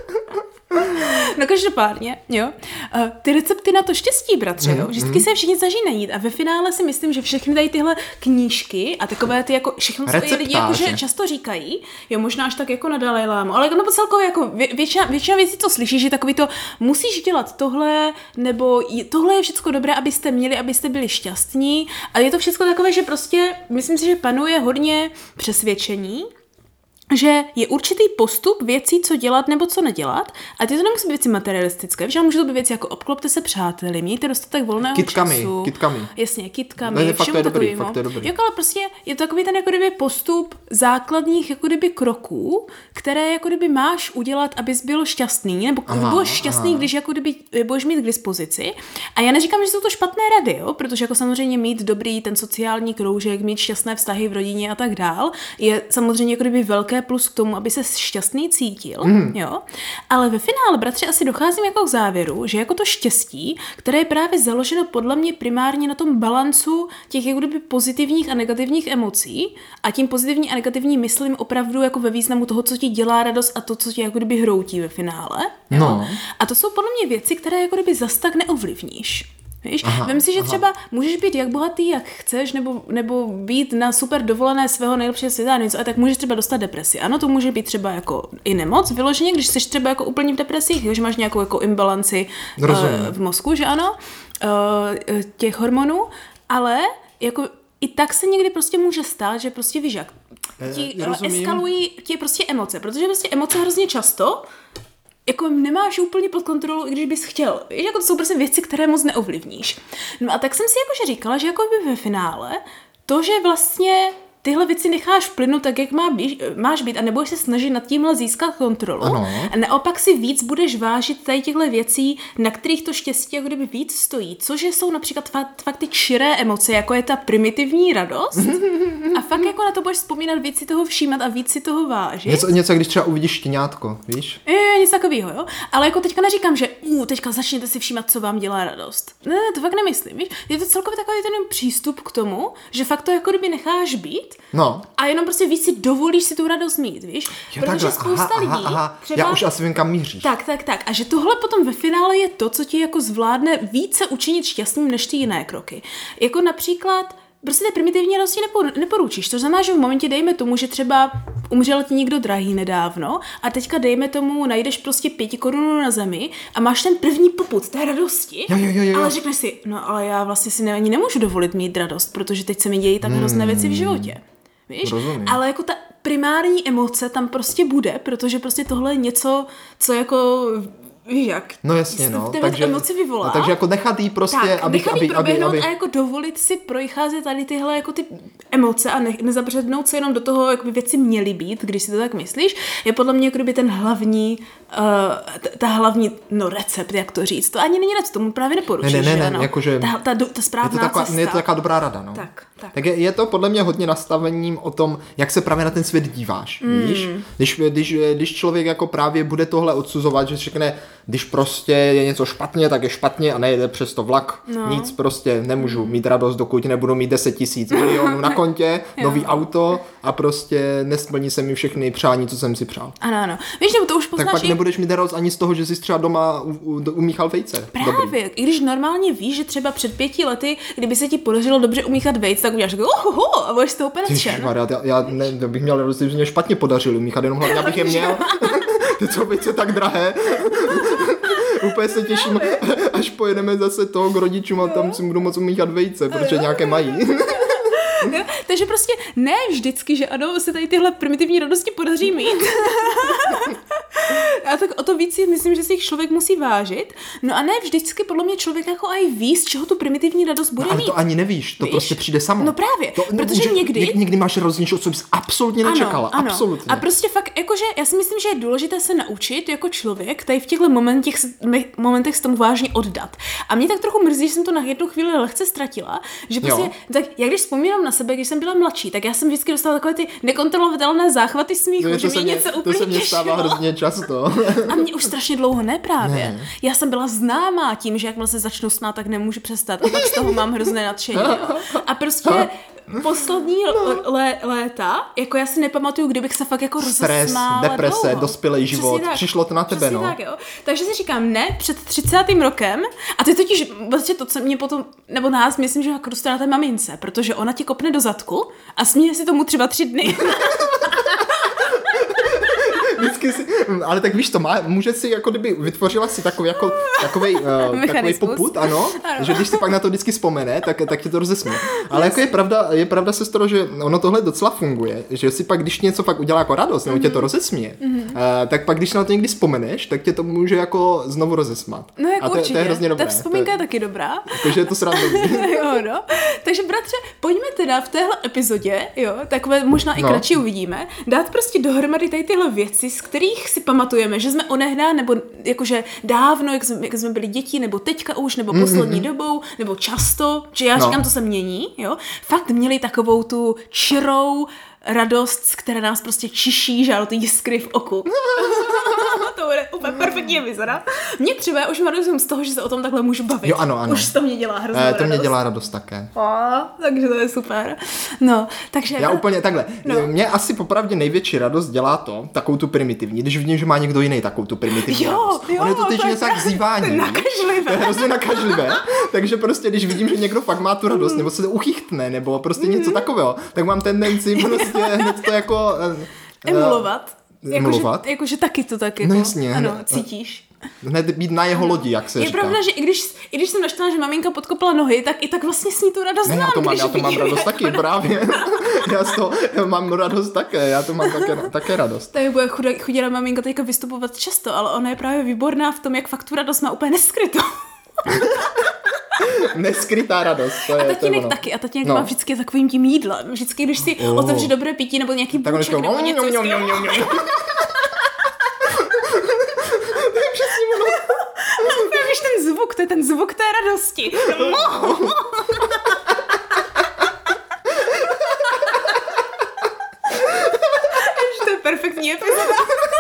No každopádně, jo. Uh, ty recepty na to štěstí, bratře, jo. Vždycky se všichni snaží najít a ve finále si myslím, že všechny tady tyhle knížky a takové ty jako všechno co lidi jakože často říkají, jo, možná až tak jako na Dalajlámu, ale no celkově jako vě, většina, většina věcí, co slyšíš, že takový to musíš dělat tohle, nebo tohle je všechno dobré, abyste měli, abyste byli šťastní, a je to všechno takové, že prostě myslím si, že panuje hodně přesvědčení, že je určitý postup věcí, co dělat nebo co nedělat, a ty to nemusí být věci materialistické, že může to být věci jako obklopte se přáteli, mějte dostatek volného kitkami, času. Kitkami, Jasně, kitkami, ne, všemu takovému. Jako, ale prostě je to takový ten jako kdyby postup základních jako kdyby kroků, které jako kdyby máš udělat, abys byl šťastný, nebo aha, budeš šťastný, aha. když jako kdyby budeš mít k dispozici. A já neříkám, že jsou to špatné rady, jo? Protože jako samozřejmě mít dobrý ten sociální kroužek, mít šťastné vztahy v rodině a tak dál, je samozřejmě jako kdyby velké plus k tomu, aby se šťastný cítil, mm. jo. Ale ve finále, bratře, asi docházím jako k závěru, že jako to štěstí, které je právě založeno podle mě primárně na tom balancu těch jako kdyby pozitivních a negativních emocí, a tím pozitivní a negativní myslím opravdu jako ve významu toho, co ti dělá radost a to, co ti jako kdyby hroutí ve finále. Jo? No. A to jsou podle mě věci, které jako kdyby zas tak neovlivníš. Víš? Aha, vem si, že aha. třeba můžeš být jak bohatý, jak chceš, nebo, nebo být na super dovolené svého nejlepšího světa, něco, a tak můžeš třeba dostat depresi. Ano, to může být třeba jako i nemoc vyloženě, když jsi třeba jako úplně v depresích, jo, že máš nějakou jako imbalanci uh, v mozku, že ano, uh, těch hormonů, ale jako i tak se někdy prostě může stát, že prostě víš, jak ti uh, eskalují ti prostě emoce, protože prostě emoce hrozně často jako nemáš úplně pod kontrolou, i když bys chtěl. Víš, jako to jsou prostě věci, které moc neovlivníš. No a tak jsem si jakože říkala, že jako by ve finále to, že vlastně tyhle věci necháš plynout tak, jak má být, máš být a nebudeš se snažit nad tímhle získat kontrolu. Ano. A naopak si víc budeš vážit tady těchto věcí, na kterých to štěstí jako kdyby víc stojí. Což jsou například fakt, fakt ty čiré emoce, jako je ta primitivní radost. A fakt jako na to budeš vzpomínat, víc si toho všímat a víc si toho vážit. Něco, něco když třeba uvidíš štěňátko, víš? Je, něco takového, jo. Ale jako teďka neříkám, že uh, teďka začněte si všímat, co vám dělá radost. Ne, ne, to fakt nemyslím, víš? Je to celkově takový ten přístup k tomu, že fakt to jako kdyby necháš být No. a jenom prostě víc si dovolíš si tu radost mít, víš? Jo, Protože takhle. spousta aha, lidí aha, aha. třeba... Já už asi vím, kam míříš. Tak, tak, tak. A že tohle potom ve finále je to, co ti jako zvládne více učinit šťastným než ty jiné kroky. Jako například prostě ty primitivní radosti neporučíš. To znamená, že v momentě dejme tomu, že třeba umřel ti někdo drahý nedávno a teďka dejme tomu, najdeš prostě pěti korun na zemi a máš ten první popud té radosti, jo, jo, jo, jo. ale řekneš si, no ale já vlastně si ne, ani nemůžu dovolit mít radost, protože teď se mi dějí tak hrozné věci v životě. Víš? Rozumím. Ale jako ta primární emoce tam prostě bude, protože prostě tohle je něco, co jako... Víš jak? No jasně, no. Takže, emoci vyvolá. No, takže jako nechat jí prostě, tak, aby, nechat jí aby, proběhnout aby, aby... a jako dovolit si procházet tady tyhle jako ty emoce a ne, nezabřednout se jenom do toho, jak by věci měly být, když si to tak myslíš, je podle mě jako kdyby ten hlavní, uh, t- ta hlavní, no recept, jak to říct. To ani není recept, tomu právě neporučíš, ne, ne, ne, že ne, ano. Jakože... Ta, ta, ta správná je to taková, cesta. je to taková dobrá rada, no. Tak, tak. Tak je, je to podle mě hodně nastavením o tom, jak se právě na ten svět díváš, mm. víš? Když, když, když člověk jako právě bude tohle odsuzovat, že řekne, když prostě je něco špatně, tak je špatně a nejde přes to vlak, no. nic prostě nemůžu mít radost, dokud nebudu mít deset tisíc milionů na kontě, nový auto a prostě nesplní se mi všechny přání, co jsem si přál. Ano, ano. Víš, nebo to už poznáš... Tak pak i... nebudeš mít radost ani z toho, že jsi třeba doma u, u, umíchal vejce. Právě, dobrý. I když normálně víš, že třeba před pěti lety, kdyby se ti podařilo dobře umíchat vejce, tak uděláš jako ohoho a budeš z toho úplně nadšen. Já, já ne, bych měl radost, že mě špatně podařilo umíchat, jenom hlavně abych je měl. Ty co vejce tak drahé. Úplně se těším, až pojedeme zase toho k rodičům a tam si budu moc umíchat vejce, protože nějaké mají. No, takže prostě ne vždycky, že ano, se tady tyhle primitivní radosti podaří mít. A tak o to víc si myslím, že si jich člověk musí vážit. No a ne vždycky podle mě člověk jako aj ví, z čeho tu primitivní radost bude no, ale mít. to ani nevíš, to víš? Prostě přijde samo. No právě, to, protože může, někdy... Ně, někdy máš radost něčeho, co bys absolutně nečekala. Ano, ano. Absolutně. A prostě fakt, jakože, já si myslím, že je důležité se naučit jako člověk tady v těchto momentech, momentech se tomu vážně oddat. A mě tak trochu mrzí, že jsem to na jednu chvíli lehce ztratila, že prostě, jo. tak já když vzpomínám na sebe, když jsem byla mladší, tak já jsem vždycky dostala takové ty nekontrolovatelné záchvaty smíchu, no, že mě něco úplně To se mě stává hrozně často. A mě už strašně dlouho ne právě. Ne. Já jsem byla známá tím, že jakmile se začnu smát, tak nemůžu přestat. A tak z toho mám hrozné nadšení. Jo. A prostě poslední no. lé, léta, jako já si nepamatuju, kdybych se fakt jako rozesmála. Stres, deprese, dlouho. dospělý život, přišlo to na tebe, Přesně no. Tak, jo. Takže si říkám, ne, před třicátým rokem, a ty totiž vlastně to, co mě potom, nebo nás, myslím, že jako dostala té mamince, protože ona ti kopne do zadku a směje si tomu třeba tři dny. Vždycky si, ale tak víš to, má, může si jako kdyby vytvořila si takový jako takovej, uh, takovej popud, ano, ano, že když si pak na to vždycky vzpomene, tak, tak tě to rozesmě. Ale yes. jako je pravda, je pravda, sestro, že ono tohle docela funguje, že si pak, když něco fakt udělá jako radost, nebo mm-hmm. tě to rozesmě, mm-hmm. uh, tak pak, když na to někdy vzpomeneš, tak tě to může jako znovu rozesmat. No jako a to, určitě, to je hrozně dobré. Ta vzpomínka to je taky dobrá. Takže je to srandový. Jo, no. Takže bratře, pojďme teda v téhle epizodě, jo, takové možná i no. kratší uvidíme, dát prostě dohromady tady tyhle věci, z kterých si pamatujeme, že jsme onehdá, nebo jakože dávno, jak jsme, jak jsme byli děti, nebo teďka už, nebo poslední mm-hmm. dobou, nebo často, že já no. říkám, to se mění, jo, fakt měli takovou tu čirou radost, která nás prostě čiší žádnou jiskry v oku. To bude úplně perfektní epizoda. Mě třeba, já už mám z toho, že se o tom takhle můžu bavit. Jo, ano, ano. Už to mě dělá hroznou e, radost. To mě dělá radost také. A, takže to je super. No, takže... Já úplně takhle. No. Mě asi popravdě největší radost dělá to, takovou tu primitivní, když vidím, že má někdo jiný takovou tu primitivní jo, radost. Jo, On je to teď něco tak vzývání. To je nakažlivé. To je hrozně nakažlivé. Takže prostě, když vidím, že někdo fakt má tu radost, nebo se to uchychtne, nebo prostě mm. něco takového, tak mám tendenci prostě hned to jako... Emulovat. Emulovat. Jakože, jakože taky to tak jako, no jasně, ano, hned, cítíš. Hned být na jeho lodi, jak se je říká. Je pravda, že i když, i když jsem naštvaná, že maminka podkopala nohy, tak i tak vlastně s ní tu radost ne, mám. Já to mám, když já to mám vidím, radost taky, právě. Já z toho já mám radost také, já to mám také, také radost. Tady bude chudá maminka teďka vystupovat často, ale ona je právě výborná v tom, jak fakt tu radost má úplně neskrytou. Neskrytá radost. To je, a tatínek to je taky. A tatínek no. má vždycky takovým tím jídlem. Vždycky, když si oh. otevře dobré pití nebo nějaký bůček nebo něco. Ňom, ňom, ňom, ňom, ňom. To je přesně ono. Víš ten zvuk, to je ten zvuk té radosti. To je perfektní epizoda.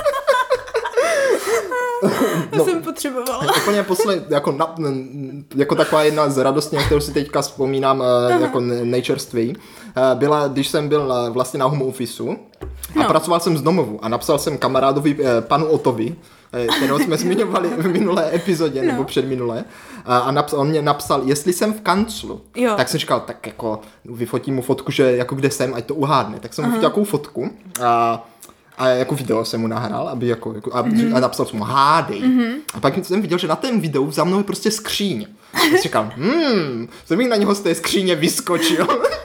No, jsem potřebovala. Úplně poslední, jako, na, jako taková jedna z radostí, na kterou si teďka vzpomínám uh, jako nejčerstvěji, uh, byla, když jsem byl uh, vlastně na home officeu a no. pracoval jsem z domovu a napsal jsem kamarádovi uh, panu Otovi, uh, kterého jsme zmiňovali v minulé epizodě, no. nebo předminulé, uh, a naps- on mě napsal, jestli jsem v kanclu, jo. tak jsem říkal, tak jako vyfotím mu fotku, že jako kde jsem, ať to uhádne. Tak jsem mu vyfotil takovou fotku a A jako video jsem mu nahrál, aby jako, jako a, mm-hmm. a napsal jsem mu hádej. Mm-hmm. A pak jsem viděl, že na tém videu za mnou je prostě skříň. A jsem říkal, hmm, co bych na něho z té skříně vyskočil.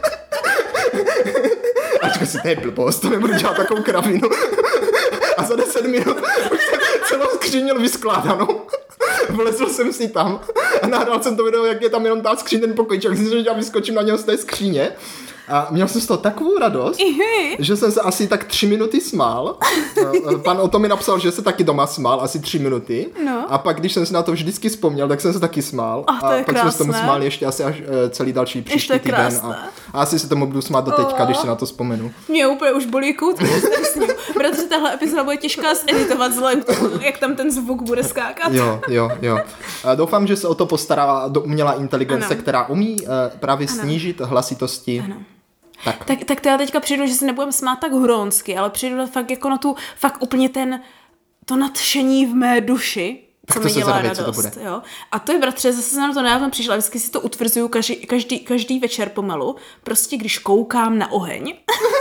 A říkal si, to je blbost, to nebudu dělat takovou kravinu. A za deset minut už jsem celou skříň měl vyskládanou. Vlezl jsem si tam a nahrál jsem to video, jak je tam jenom ta skříň, ten pokojček, myslím, že já vyskočím na něho z té skříně. A měl jsem z toho takovou radost, že jsem se asi tak tři minuty smál. Pan Oto mi napsal, že se taky doma smál asi tři minuty. No. A pak, když jsem si na to vždycky vzpomněl, tak jsem se taky smál. Ach, a pak jsem se tomu smál ještě asi až uh, celý další příští týden. A, a asi se tomu budu smát do teďka, oh. když se na to vzpomenu. Mě úplně už bolí kout, když jsem s ním. Protože tahle epizoda bude těžká zeditovat vzhledem k tomu, jak tam ten zvuk bude skákat. Jo, jo, jo. A doufám, že se o to postará do umělá inteligence, ano. která umí uh, právě ano. snížit hlasitosti. Ano. Tak. Tak, tak to já teďka přijdu, že se nebudem smát tak hronsky, ale přijdu fakt jako na tu, fakt úplně ten, to nadšení v mé duši, co mi dělá zadaví, radost. To jo? A to je, bratře, zase jsem na to nedávno přišla, vždycky si to utvrzuju každý, každý, každý večer pomalu, prostě když koukám na oheň.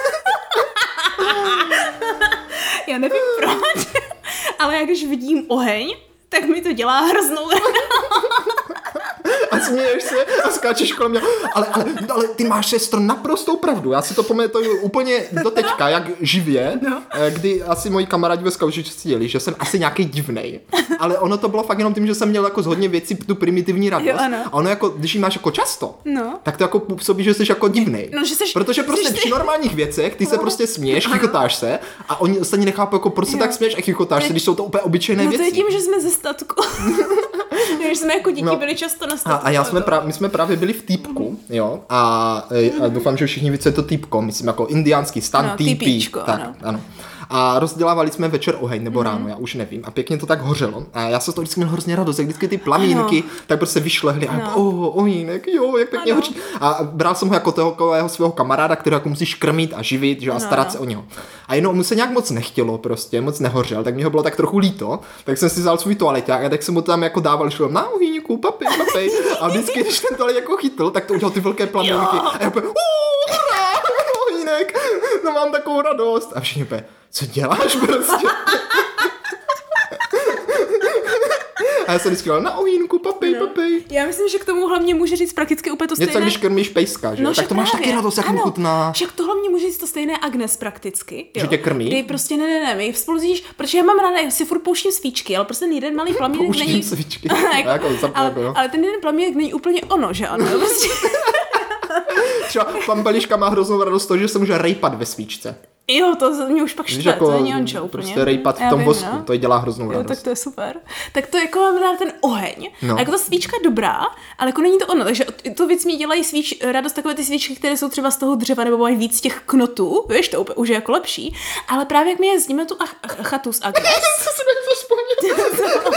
Já nevím proč, ale jak když vidím oheň, tak mi to dělá hroznou radost. A směješ se a skáčeš kolem mě. Ale, ale, ale ty máš, sestro, naprostou pravdu. Já si to pamatuju úplně do teďka, jak živě, no. kdy asi moji kamarádi ve skauži cítili, že jsem asi nějaký divnej. Ale ono to bylo fakt jenom tím, že jsem měl jako z hodně věcí tu primitivní radost. Jo, a ono jako, když ji máš jako často, no. tak to jako působí, že jsi jako divnej. No, že jsi, Protože prostě jsi... při normálních věcech ty se prostě směješ, chichotáš se a oni ostatní nechápou, jako proč se tak směješ a chichotáš se, když jsou to úplně obyčejné no, věci. No to je tím, že jsme ze statku. Když jsme jako děti no. byli často na statku. A, a já jsme pra, my jsme právě byli v týpku, jo, a, a doufám, že všichni víte, co je to týpko, myslím jako indiánský stan no, týpí. Týpíčko, tak, ano. ano. A rozdělávali jsme večer oheň, nebo mm. ráno, já už nevím. A pěkně to tak hořelo. A já jsem to vždycky měl hrozně radost, jak vždycky ty plamínky ano. tak prostě vyšlehly. A no. oh, ohýnek, jo, jak pěkně ano. hoří. A bral jsem ho jako toho jeho svého kamaráda, kterého jako musíš krmit a živit, že, a starat no. se o něho. A jenom mu se nějak moc nechtělo prostě, moc nehořel, tak mě ho bylo tak trochu líto. Tak jsem si vzal svůj toaleťák a tak jsem mu tam jako dával, šlo na ohýníku, papi, papi. A vždycky, když ten toalet jako chytl, tak to udělal ty velké plamínky. A já úplně, ohýnek, no mám takovou radost. A všichni úplně, co děláš prostě? A já jsem vždycky dělal na ohýnku, papej, no. papej. Já myslím, že k tomu hlavně může říct prakticky úplně to stejné. Něco, když krmíš pejska, že? No, tak to máš právě. taky radost, jak mu chutná. Však to hlavně může říct to stejné Agnes prakticky. Jo? Že tě krmí? Kdy prostě ne, ne, ne, my spolu zjíš, protože já mám ráda, já si furt pouštím svíčky, ale prostě jeden malý plamínek pouštím není... svíčky. jako, jako, ale, jako, ale ten jeden plamínek není úplně ono, že ano? Prostě. Třeba pan Bališka má hroznou radost toho, že se může rejpat ve svíčce. Jo, to mě už pak štve, jako, to není ončo úplně. Prostě rejpat v tom vím, vosku, no? To jí dělá hroznou radost. Jo, tak to je super. Tak to jako mám rád ten oheň. No. A jako ta svíčka je dobrá, ale jako není to ono. Takže to víc mi dělají svíč, radost takové ty svíčky, které jsou třeba z toho dřeva nebo mají víc těch knotů, víš, to už je jako lepší. Ale právě jak mi jezdíme tu ach, ach, chatu s Agnes. Co si to vzpomněl?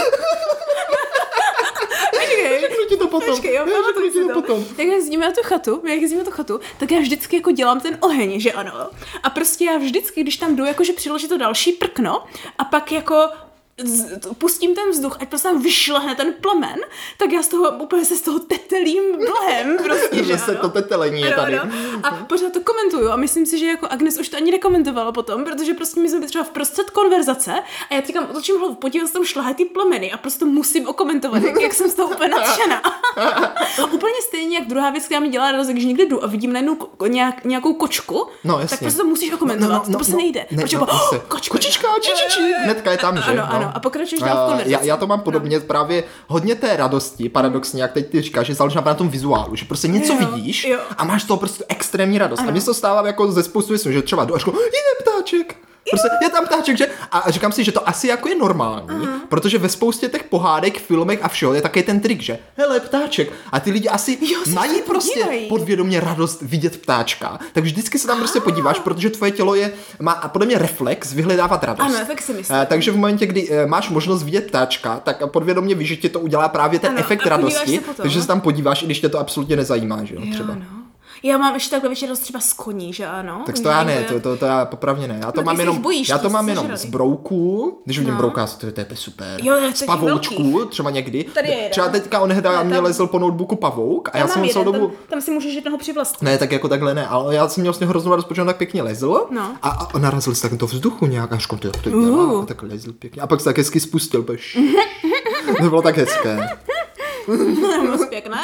Řeknu ti to potom. Počkej, jo, řeknu ti to potom. Jak jezdíme na tu chatu, jak jezdíme na tu chatu, tak já vždycky jako dělám ten oheň, že ano. A prostě já vždycky, když tam jdu, jakože přiložit to další prkno a pak jako z, pustím ten vzduch, ať prostě tam vyšlehne ten plamen, tak já z toho úplně se z toho tetelím blahem prostě, že se to tetelení je tady. Ano, ano. A pořád to komentuju a myslím si, že jako Agnes už to ani nekomentovala potom, protože prostě my jsme třeba v prostřed konverzace a já říkám, otočím hlavu, podívám se tam šlahají ty plameny a prostě musím okomentovat, jak, jak jsem z toho úplně nadšená. Úplně stejně, jak druhá věc, která mi dělá radost, když někde jdu a vidím najednou ko- nějak, nějakou kočku, no, tak prostě to musíš okomentovat, no, no, no, to prostě no, nejde. Ne, protože no, oh, kočka, kočička, čičiči, hnedka je tam, že? Ano, ano. Ano, a pokračuješ dál v konverzaci. Já, já to mám podobně, no. Právě hodně té radosti, paradoxně, jak teď ty říkáš, že záleží na tom vizuálu, že prostě něco jo, vidíš jo. a máš toho prostě extrémní radost. Ano. A mně se to stává jako ze spoustu věcí, že třeba jdu a říkám, je ptáček. Prostě je tam ptáček, že? A říkám si, že to asi jako je normální, uh-huh. protože ve spoustě těch pohádek, filmech a všeho je taky ten trik, že hele, ptáček. A ty lidi asi jo, mají prostě podívají. Podvědomě radost vidět ptáčka. Tak vždycky se tam prostě podíváš, protože tvoje tělo je, má podle mě reflex vyhledávat radost. Ano, tak si myslím. Uh, takže v momentě, kdy uh, máš možnost vidět ptáčka, tak podvědomě víš, že ti to udělá právě ten ano, efekt radosti, se takže se tam podíváš, i když tě to absolutně nezajímá, že jo, třeba. Jo, no. Já mám ještě takhle většinou třeba z koní, že ano? Tak to já ne, to, to, to já popravně ne. Já to no, mám jenom, bojíš, já to mám jenom žrali. Z brouků, když vidím no. brouka, to, to je super. Jo, z pavoučků, třeba někdy. Tady je třeba teďka on hledá, mě lezl po notebooku pavouk a já jsem celou dobu... Tam, tam si můžeš jednoho přivlastnit. Ne, tak jako takhle ne, ale já jsem měl s něho hroznou radost, protože on tak pěkně lezl no. a, a narazil se tak do vzduchu nějak a říkám, to jak to dělá, a tak lezl pěkně. A pak se tak hezky spustil, peš. To bylo tak hezké. Moc pěkné.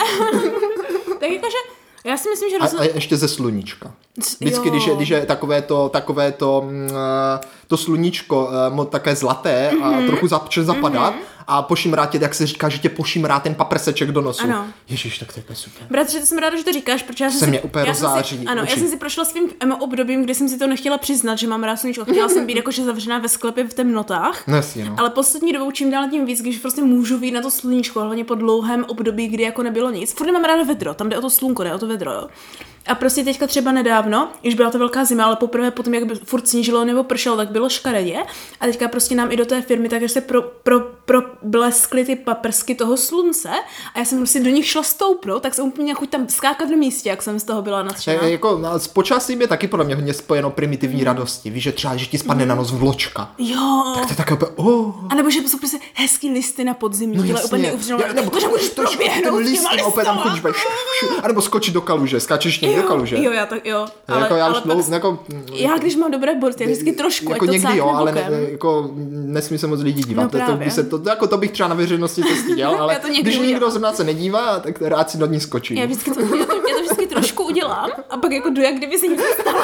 Tak jakože já si myslím, že rozhod... a, a ještě ze sluníčka. Vždycky, když je, když je takové to, takové to, mm, to sluníčko uh, také zlaté a mm-hmm. trochu začne zapadat mm-hmm. a pošimrá tě, jak se říká, že tě pošimrá ten paprseček do nosu. Ano. Ježiš, tak to je super. Bratře, to jsem ráda, že to říkáš, protože já jsem se si... mě úplně rozzáří. Ano, já jsem si prošla svým emo obdobím, kdy jsem si to nechtěla přiznat, že mám rád sluníčko. Chtěla jsem být jakože zavřená ve sklepě v temnotách. No, jasně, no. Ale poslední dobou čím dál tím víc, když prostě můžu vyjít na to sluníčko, hlavně po dlouhém období, kdy jako nebylo nic. Furt nemám ráda vedro, tam jde o to slunko, jde o to vedro, jo. A prostě teďka třeba nedávno, když byla to velká zima, ale poprvé potom, jak by furt snížilo nebo pršelo, tak bylo škaredě. A teďka prostě nám i do té firmy takže se pro, pro, pro bleskly ty paprsky toho slunce a já jsem prostě do nich šla stoupnout, tak jsem úplně chuť tam skákat na místě, jak jsem z toho byla nadšená. E, jako, s počasím je taky podle mě hodně spojeno primitivní mm. radosti. Víš, že třeba, že ti spadne mm. na nos vločka. Jo. Tak to je takové, oh. A nebo že jsou prostě hezký listy na podzimí, no, dělají úplně uvřenou. Nebo že můžeš proběhnout těma listama. A nebo skočit do kaluže, skáčeš někde do kaluže. Jo, já tak jo. Ale, jako já, ale už dlouho, jako, já když mám dobré borty, vždycky trošku, jako ať to někdy jo, ale ne, jako nesmí se moc lidí dívat. No to, to, by se, to, jako to bych třeba na veřejnosti to styděl, ale když nikdo zrovna se nedívá, tak rád si do ní skočí. Já, vždycky to, já, to, já to vždycky trošku udělám a pak jako jdu, jak kdyby se nic nestalo.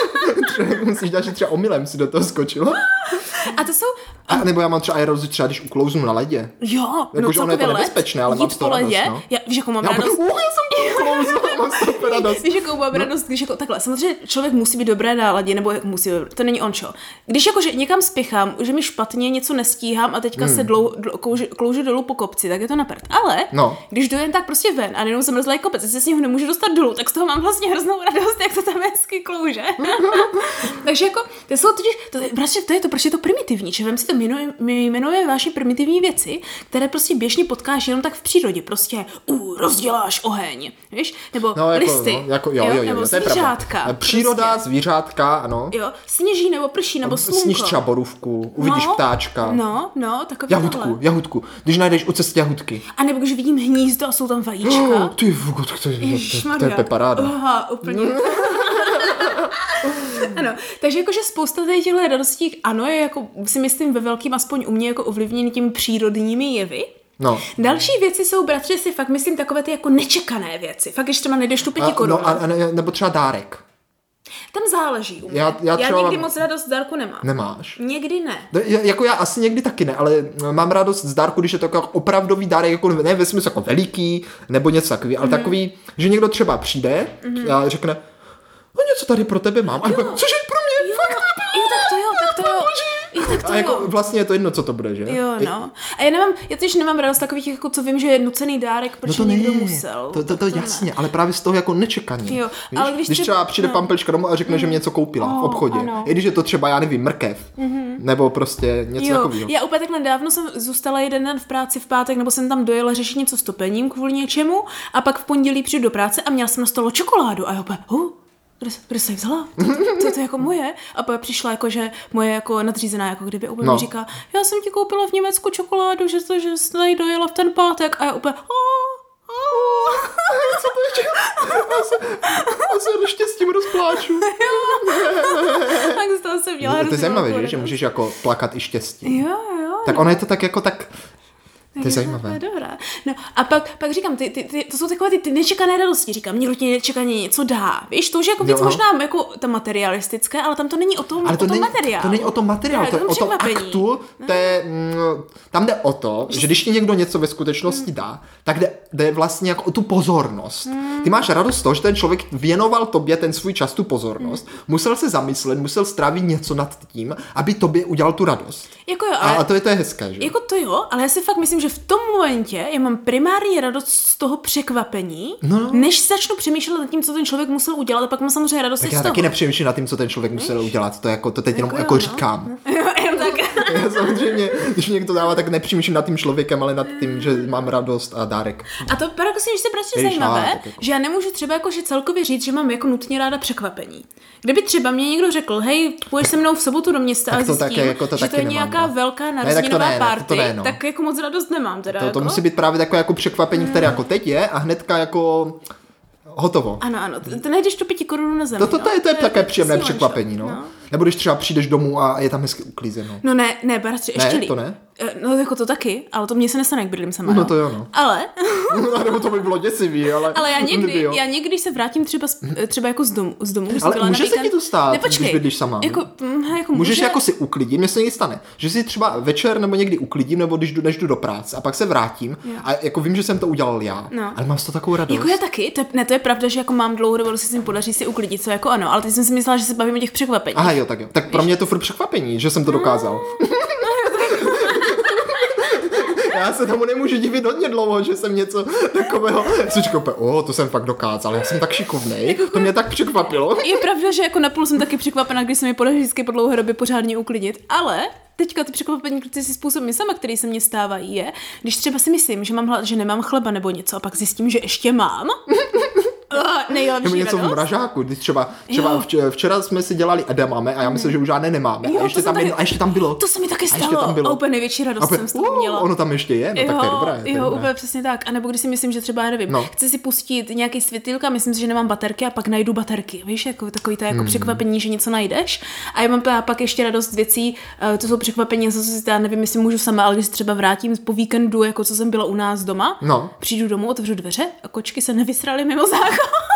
Musíš dát, že třeba omylem si do toho skočila. A to jsou... A nebo já mám třeba aerozy třeba, když uklouznu na ledě. Jo, jako, no že ono je to nebezpečné, ale mám z toho radost, no. Já, víš, jakou mám já, radost? Uh, já jsem to uklouzla, mám z toho radost. Víš, jakou mám radost, když jako takhle, samozřejmě člověk musí být dobré náladě, nebo jak musí, to není on čo. Když jakože někam spěchám, že mi špatně něco nestíhám a teďka hmm. se dlou, dlou, kloužu, kloužu dolů po kopci, tak je to na prd. Ale no. když jdu jen tak prostě ven a jenom jsem rozlej kopec, jestli se s něho nemůžu dostat dolů, tak z toho mám vlastně hroznou radost, jak to tam hezky klouže. Takže jako, to jsou totiž, to, bratře, to je to, proč je to primitivní, že vem si to jmenuje, jmenuje vaše primitivní věci, které prostě běžně potkáš jenom tak v přírodě, prostě uh, rozděláš oheň, víš, nebo no, jako, listy, no, jako, jo, jo, jo, nebo jo, zvířátka. Příroda, prostě. Zvířátka, ano. Jo, sněží nebo prší, nebo slunko. Sníš třeba borůvku, uvidíš no, ptáčka. No, no, takový Jahutku, tohle. jahutku, když najdeš u cesty jahutky. A nebo když vidím hnízdo a jsou tam vajíčka. Oh, ty vůbec, to, to, to, to je peparáda. Aha, úplně. Ano, takže jakože spousta těchto radostí, ano, je jako, si myslím, ve velkým aspoň u mě jako ovlivněný těmi přírodními jevy. No. Další věci jsou, bratře, si fakt myslím takové ty jako nečekané věci. Fakt, když třeba nejdeš tu pěti korun. No a, a ne, nebo třeba dárek. Tam záleží u mě. Já, já, já někdy mám... moc radost z dárku nemám. Nemáš? Někdy ne. Já, jako já asi někdy taky ne, ale mám radost z dárku, když je to jako opravdový dárek, jako ne ve smyslu jako veliký, nebo něco takový, ale mm. takový, že někdo třeba přijde mm. a řekne, no něco tady pro tebe mám. A jako, cože pro mě? Jo, fakt jo, tak to jo, tak to jo. Jo, tak to a jako jo. vlastně je to jedno, co to bude, že? Jo, no. A já nemám, já teď nemám radost takových, jako co vím, že je nucený dárek, protože no to někdo ne, musel. To, to, to, to jasně, ne. Ale právě z toho jako nečekaně. Jo, víš? ale když, když třeba, třeba přijde no. pampelička domů a řekne, mm. že mě něco koupila oh, v obchodě. Ano. I když je to třeba, já nevím, mrkev. Mm-hmm. Nebo prostě něco takového. Já úplně takhle nedávno jsem zůstala jeden den v práci v pátek, nebo jsem tam dojela řešit něco s topením kvůli něčemu a pak v pondělí přijdu do práce a měla jsem na stolu čokoládu a já úplně, huh, kde jsi vzala? To, to, to, to je jako moje. A pak přišla jako, že moje jako nadřízená, jako kdyby úplně no. mi říká, já jsem ti koupila v Německu čokoládu, že, to, že jsi tady dojela v ten pátek a já úplně, co to je? Já se ještě s tím rozpláču. Tak z toho jsem měla. To je zajímavé, že? že můžeš jako plakat i štěstí. Jo, jo. Tak ono je to tak jako tak... To je zajímavé. To je dobrá. No a pak, pak říkám, ty, ty, ty, to jsou takové ty, ty nečekané radosti, říkám, někdo ti nečekaně něco dá. Víš, to už je jako víc Jo, možná jako to materialistické, ale tam to není o tom, ale to o tom není, materiálu. to není o tom materiálu, to je o tom aktu, to je, mm, tam jde o to, že když ti někdo něco ve skutečnosti hmm. dá, tak jde, jde vlastně jako o tu pozornost. Hmm. Ty máš radost z toho, že ten člověk věnoval tobě ten svůj čas, tu pozornost, hmm. musel se zamyslet, musel strávit něco nad tím, aby tobě udělal tu radost. Jako jo, ale, a to je, to je hezké, že? Jako to jo, ale já si fakt myslím, že v tom momentě já mám primární radost z toho překvapení, no. než začnu přemýšlet nad tím, co ten člověk musel udělat, a pak mám samozřejmě radost tak z já toho. taky nepřemýšlím nad tím, co ten člověk musel Víš? udělat, to, jako, to teď jenom jako, jako jo, říkám. No. Jo, tak. Já samozřejmě, když mě někdo dává, tak nepřemýšlím nad tím člověkem, ale nad tím, že mám radost a dárek. A to paradoxně, že se prostě zajímavé, jako... že já nemůžu třeba jakože celkově říct, že mám jako nutně ráda překvapení. Kdyby třeba mě někdo řekl, hej, půjdeš se mnou v sobotu do města tak a zjistím, také, jako to že to je nemám, nějaká no. velká narozeninová ne, party, to to ne, no. tak jako moc radost nemám teda. To, jako. to musí být právě takové jako překvapení, které jako teď je a hnedka jako hotovo. Ano, ano, to najdeš tu pěti korunu na zemi. To, to, to, no. je, to je také příjemné sílančo. překvapení, no. no. Nebo když třeba přijdeš domů a je tam hezky uklízeno. No ne, ne, bratře, ještě Ne, líp. to ne? No jako to taky, ale to mně se nestane, jak bydlím sama. No to jo, no. Ale... no, nebo to by bylo děsivý, ale... Ale já někdy, já někdy, když se vrátím třeba, třeba jako z domu, z domu ale může se ti to stát, Nepočkej, když bydlíš sama. Jako, jako Můžeš může... jako si uklidit, mně se někdy stane, že si třeba večer nebo někdy uklidím, nebo když jdu, než jdu do práce a pak se vrátím jo. a jako vím, že jsem to udělal já, no. ale mám z toho takovou radost. Jako já taky, to je, ne, to je pravda, že jako mám dlouho, si mi podaří si uklidit, co jako ano, ale teď jsem si myslela, že se bavím o těch překvapeních. Aha, jo, tak jo. Tak pro mě je to furt překvapení, že jsem to dokázal. Já se tomu nemůžu divit hodně dlouho, že jsem něco takového, si říkám, o, to jsem fakt dokázal, já jsem tak šikovnej, to mě tak překvapilo. Je pravda, že jako napůl jsem taky překvapena, když se mi podaří vždycky po dlouhé době pořádně uklidit, ale teďka ty překvapení, které si způsobím sama, které se mně stávají, je, když třeba si myslím, že mám hlad, že nemám chleba nebo něco a pak zjistím, že ještě mám. Nejlepší nebo něco radost. v mražáku, když třeba, třeba včera, včera jsme si dělali edamame a já myslím, že už žádné nemáme. Jo, a, ještě tam taky, jedno, a ještě tam bylo. To se mi taky a stalo. Tam bylo. A úplně největší radost opět, jsem z toho měla. Ono tam ještě je, no jo, tak to je dobré. To je jo, dobré. úplně přesně tak. A nebo když si myslím, že třeba, já nevím, no. chci si pustit nějaký světýlka, myslím si, že nemám baterky a pak najdu baterky. Víš, jako takový to jako hmm. překvapení, že něco najdeš. A já mám pak ještě radost věcí, to jsou překvapení, co si já nevím, jestli můžu sama, ale když třeba vrátím po víkendu, jako co jsem byla u nás doma, no. přijdu domů, otevřu dveře a kočky se nevysraly mimo záchod.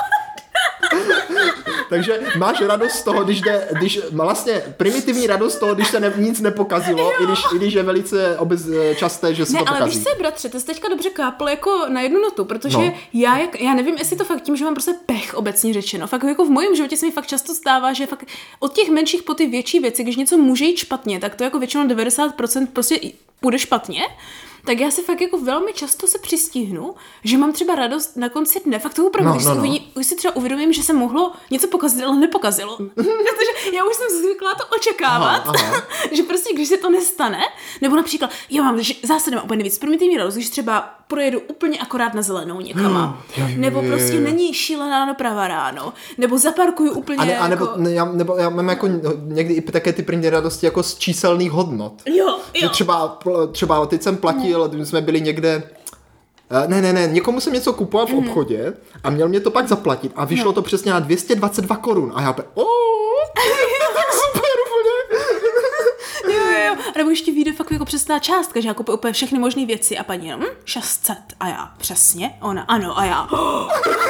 Takže máš radost z toho, když jde, když vlastně primitivní radost z toho, když se ne, nic nepokazilo, i když, i když je velice obec časté, že se ne, to pokazí. Ale víš se, bratře, to jsi teďka dobře kápl jako na jednu notu, protože no. já, jak, já nevím, jestli to fakt tím, že mám prostě pech obecně řečeno. Fakt jako v mojím životě se mi fakt často stává, že fakt od těch menších po ty větší věci, když něco může jít špatně, tak to jako většinou devadesát procent prostě půjde špatně. Tak já si fakt jako velmi často se přistihnu, že mám třeba radost na konci dne. Fakt to opravdu, no, když no, si, no. uvidí, už si třeba uvědomím, že se mohlo něco pokazit, ale nepokazilo. Protože já už jsem zvyklá to očekávat, aha, aha. že prostě když se to nestane, nebo například, já mám zásadně úplně nejvíc primitivní radost, když třeba projedu úplně akorát na zelenou někama, jo, jo, jo, nebo jo, prostě jo. není šílená doprava ráno, nebo zaparkuju úplně a ne, a nebo, jako... ne, já, nebo já mám jako někdy i také ty první radosti jako z číselných hodnot. Jo, jo. Že třeba, třeba teď jsem platil, když jsme byli někde Ne, ne, ne, někomu jsem něco kupoval v mm. obchodě a měl mě to pak zaplatit a vyšlo no. to přesně na dvě stě dvacet dva korun a já pe, ooo, tak super úplně. Jo, jo, jo, a nebo ještě vyjde fakt jako přesná částka, že já kupuji úplně všechny možné věci a paní jenom, hm, šest set a já, přesně, ona, ano a já, oh.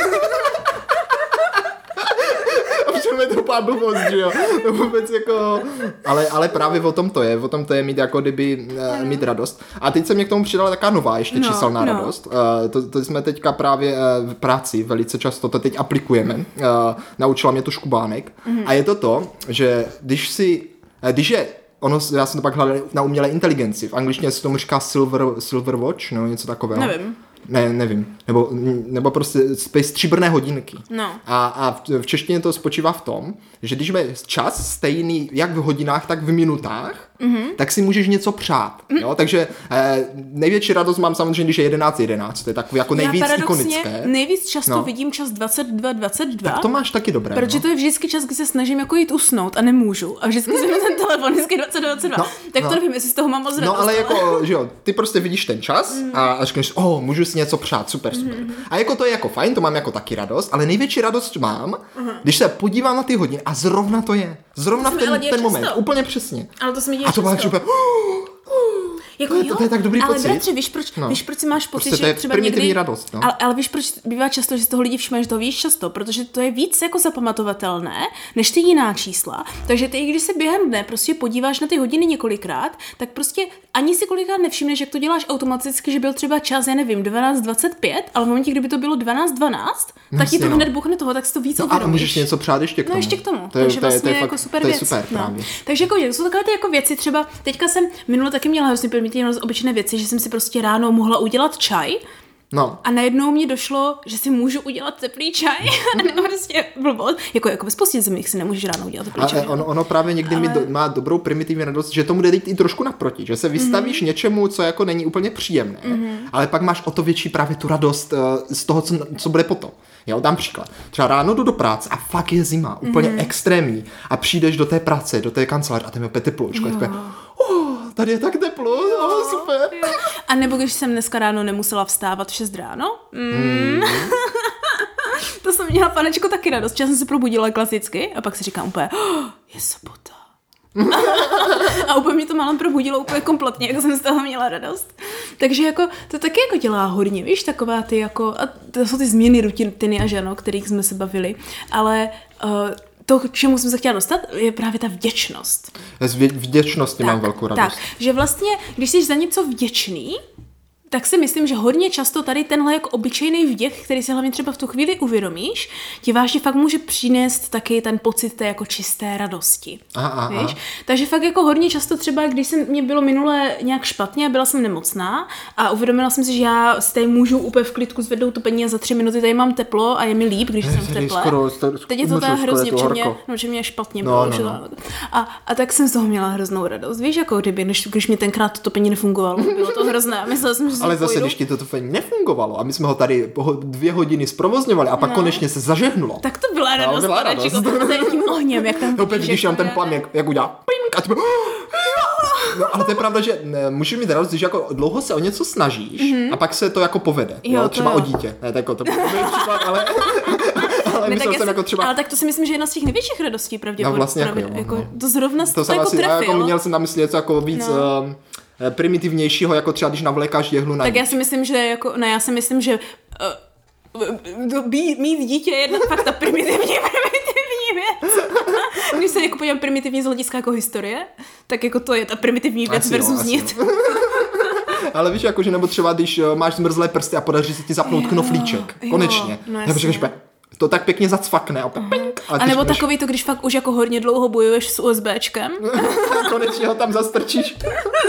Je to pár blbost, že jo, to vůbec jako, ale, ale právě o tom to je, o tom to je mít jako kdyby, uh, mít radost. A teď se mě k tomu přidala taká nová ještě no, číselná no. radost, uh, to, to jsme teďka právě uh, v práci velice často to teď aplikujeme, uh, naučila mě to Škubánek mm-hmm. a je to to, že když si, uh, když je, ono, já jsem to pak hledal na umělé inteligenci, v angličtině se tomu říká silver, silver watch, no něco takového. Nevím. Ne, nevím. Nebo, nebo prostě stříbrné hodinky. No. A, a v češtině to spočívá v tom, že když je čas stejný jak v hodinách, tak v minutách, mm-hmm. tak si můžeš něco přát. Mm-hmm. Jo? Takže eh, největší radost mám samozřejmě, když je jedenáct jedenáct. To je takové jako nejvíc Já ikonické. nejvíc často no. vidím čas dvacet dva dvacet dva. Tak to máš taky dobré. Protože no. to je vždycky čas, kdy se snažím jako jít usnout a nemůžu. A vždycky jsem na ten telefon, vždycky dvacet dvacet dva. No, tak no. to nevím, jestli z toho mám moc radost. No ale jako, že jo, ty prostě vidíš ten čas mm. a říkáš, oh, můžu si něco přát, super, super. Mm-hmm. A jako to je jako fajn, to mám jako taky radost, ale největší radost mám, uh-huh. když se podívám na ty hodiny a zrovna to je. Zrovna v ten, ten moment, úplně přesně. Ale to se mi děje a to často. Úplně, Jako To je- jo, to je tak dobrý ale pocit. bratře, víš proč, No. víš proč si máš pocit, Prostě to je že třeba primitivní někdy... radost, no. ale, ale víš proč bývá často, že z toho lidi všímají, že to víš často, protože to je víc jako zapamatovatelné, než ty jiná čísla. Takže ty, když se během dne prostě podíváš na ty hodiny několikrát, tak prostě ani si kolikrát nevšimneš, jak to děláš automaticky, že byl třeba čas, já nevím, dvanáct dvacet pět, ale v momentě, kdyby to bylo dvanáct dvanáct, tak ti to Jasně, no. hned buchne toho, tak si to víc No a uvědomíš. můžeš něco přát ještě k tomu. No ještě k tomu, To je, takže to je, vlastně to je, jako fakt, super to je věc. super no. právě. Takže jako, to jsou takové ty jako věci, třeba teďka jsem minule taky měla hrozně primitivní obyčejné věci, že jsem si prostě ráno mohla udělat čaj No. a najednou mě došlo, že si můžu udělat teplý čaj a nebo prostě blbost. Jako, jako ve spoustě zemích si nemůžeš ráno udělat teplý čaj. Ale ono, ono právě někdy Ale... mi do, má dobrou primitivní radost, že tomu jde jít i trošku naproti, že se vystavíš mm-hmm. něčemu, co jako není úplně příjemné, mm-hmm. ale pak máš o to větší právě tu radost uh, z toho, co, co bude potom. Já dám příklad. Třeba ráno jdu do práce a fakt je zima, úplně mm-hmm. extrémní. A přijdeš do té práce, do té kanceláře a tam je opět teploučko. Oh, tady je tak teplo, oh, super. Jo. A nebo když jsem dneska ráno nemusela vstávat v šest ráno. Mm. Mm. To jsem měla, panečko, taky radost. Já jsem se probudila klasicky a pak si říkám úplně, oh, je sobota. A úplně mě to málem probudilo úplně kompletně, jako jsem z toho měla radost. Takže jako, to taky jako dělá hodně, víš, taková ty jako, a to jsou ty změny rutiny a ženo, kterých jsme se bavili, ale uh, to, k čemu jsem se chtěla dostat, je právě ta vděčnost. Z vděčnosti tak, mám velkou radost. Tak, že vlastně, když jsi za něco vděčný, tak si myslím, že hodně často tady tenhle jako obyčejný vděk, který si hlavně třeba v tu chvíli uvědomíš, ti vážně fakt může přinést taky ten pocit té jako čisté radosti. Aha, aha. Víš? Takže fakt jako hodně často třeba, když jsem, mě bylo minule nějak špatně a byla jsem nemocná a uvědomila jsem si, že já z té můžu úplně v klidku zvednout tu paní a za tři minuty tady mám teplo a je mi líp, když jsem v teple. Skoro, skoro, Teď je to tak hrozně, to že mě, no, že mě špatně no, bylo. no, že no. To, a, a tak jsem z toho měla hroznou radost. Víš, jako kdyby, než, když mi tenkrát to topení nefungovalo, bylo to hrozné. Myslela jsem, že ale zase, pojdu. když ti to topení nefungovalo a my jsme ho tady dvě hodiny zprovozňovali a pak No. konečně se zažehnulo. Tak to byla radost. byla panečku. radost. A tady tím ohněm, jak tam... No opět vidíš tam ten já- plam, jak, jak udělá pink a ty... No ale to je pravda, že ne, můžeš mít radost, že jako dlouho se o něco snažíš mm-hmm. a pak se to jako povede. Jo, Jo, to třeba jo. o dítě. Ne, tak to byl příklad, ale, ale Ne, myslel tak jsem já jako si- třeba... Ale tak to si myslím, že je jedna z těch největších radostí pravděpodobně. No vlastně jako pravdě- jo, jako, no. to zrovna To to, jsem jako asi, trefil. jako měl jsem na mysli něco jako víc... No. Um, primitivnějšího, jako třeba když navlékáš jehlu na Tak dítě. já si myslím, že jako, ne, já si myslím, že uh, být, mít dítě je jedna fakt ta primitivní, primitivní věc. Když se jako podívám primitivně z hlediska jako historie, tak jako to je ta primitivní věc Asi versus jo, asi nit. jo. Ale víš, jakože nebo třeba, když uh, máš zmrzlé prsty a podaří se ti zapnout Jo, knoflíček. jo, Konečně. no Nebo jasně. říkáš, to tak pěkně zacvakne a, pink, a, A nebo říkáš, takový to, když fakt už jako hodně dlouho bojuješ s USBčkem. konečně ho tam zastrčíš.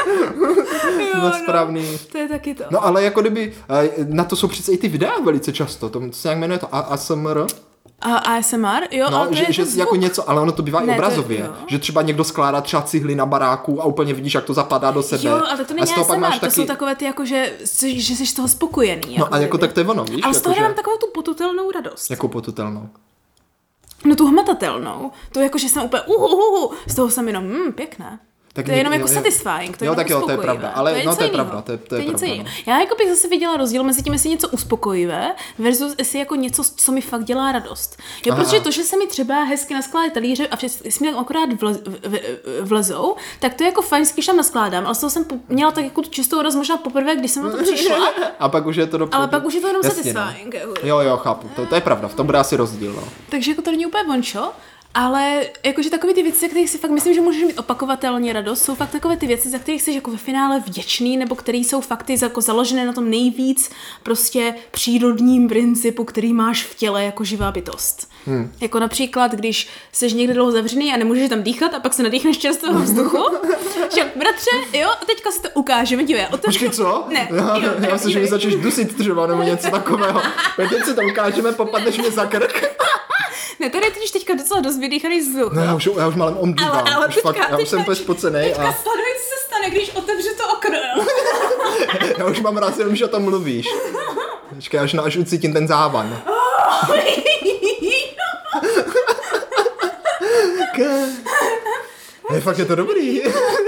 No správný. To je taky to. No ale jako kdyby, eh, na to jsou přece i ty videa velice často, to se jak jmenuje to A- ASMR, A A S M R? Jo, no, ale to že, je že ten zvuk. jako něco, ale ono to bývá Ne, i to je- obrazově, jo. že třeba někdo skládá třeba cihly na baráku a úplně vidíš, jak to zapadá do sebe. Jo, ale to a není z toho A S pak M R, máš to taky, jsou takové ty jako, že, jsi- že jsi z toho spokojený. no a jako kdyby. tak to je ono, víš? Ale z toho jako, nemám že- takovou tu potutelnou radost. Jakou potutelnou? No tu hmatatelnou. To jako, že jsem úplně uhuhuhu, z toho jsem jenom, hm, pěkné. Tak to je ně- jenom jo, jako jo. satisfying, to je Jo, jenom tak jo, to je uspokojivé. pravda, ale no, něco to je jiného. pravda, to je- to je něco pravda, jiného. no. Já jako bych zase viděla rozdíl mezi tím, jestli něco uspokojivé versus jestli jako něco, co mi fakt dělá radost. Jo, Aha. protože to, že se mi třeba hezky naskládají talíře a jestli mi tam akorát vlez, v, v, vlezou, tak to je jako fajn, když tam naskládám, ale z toho jsem po, měla tak jako tu čistou radost možná poprvé, když jsem na to přišla, A pak už je to do... ale pak už je to jenom Jasně, no. satisfying. jako. Jo, jo, chápu, to, to je pravda, v tom bude asi rozdíl, no. Takže jako to není úplně vončo, ale jakože takové ty věci, za kterých si fakt myslím, že můžeš mít opakovatelně radost, jsou fakt takové ty věci, za kterých jsi jako ve finále vděčný, nebo které jsou fakty jako založené na tom nejvíc prostě přírodním principu, který máš v těle jako živá bytost. Hmm. Jako například, když jsi někde dlouho zavřený a nemůžeš tam dýchat a pak se nadýchneš čerstvého vzduchu, že bratře, jo, a teďka si to ukážeme, dívej, otevřu. Počkej, co? Ne, já, jo, já myslím, že mi dívej. začneš dusit třeba nebo něco takového. Tak teď si to ukážeme, popadneš mi za krk. Ne, tady je totiž teďka docela dost vydýchaný vzduch. No, já už, já už malem omdívám. Ale, ale už teďka, fakt, já už jsem úplně spocenej teďka a sleduj, co se stane, když otevřu to okno, jo. já už mám rád jenom, že o tom mluvíš. Počkej, až, až ucítím ten závan. Ne, fakt je to dobrý.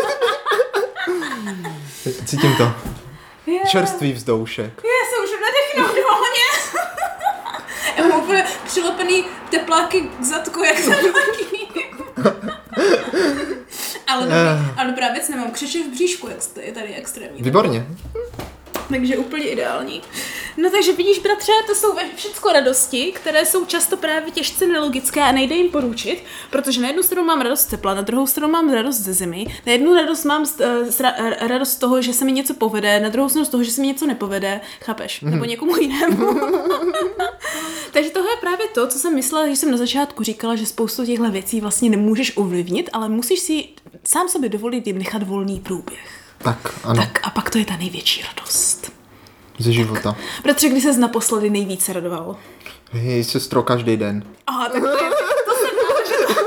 Cítím to. Yeah. Čerstvý vzdoušek. Já se můžu nadechnout hlavně. Já mám úplně přilepený tepláky k zadku, jak tepláky. Ale ale, dobrý, ale dobrá věc, nemám křeče v bříšku, jak to je tady extrémní. Výborně. Takže úplně ideální. No takže vidíš, bratře, to jsou všechno radosti, které jsou často právě těžce nelogické a nejde jim poručit, protože na jednu stranu mám radost z tepla, na druhou stranu mám radost ze zimy, na jednu radost mám z, z, radost z toho, že se mi něco povede, na druhou stranu z toho, že se mi něco nepovede, chápeš? Nebo někomu jinému. Takže tohle je právě to, co jsem myslela, že jsem na začátku říkala, že spoustu těchto věcí vlastně nemůžeš ovlivnit, ale musíš si sám sobě dovolit jim nechat volný průběh. Tak, ano. Tak a pak to je ta největší radost. Ze života. Bratře, kdy ses naposledy nejvíce radoval? Hej, sestro, každý den. Aha, tak to, je, to jsem ráda, že to...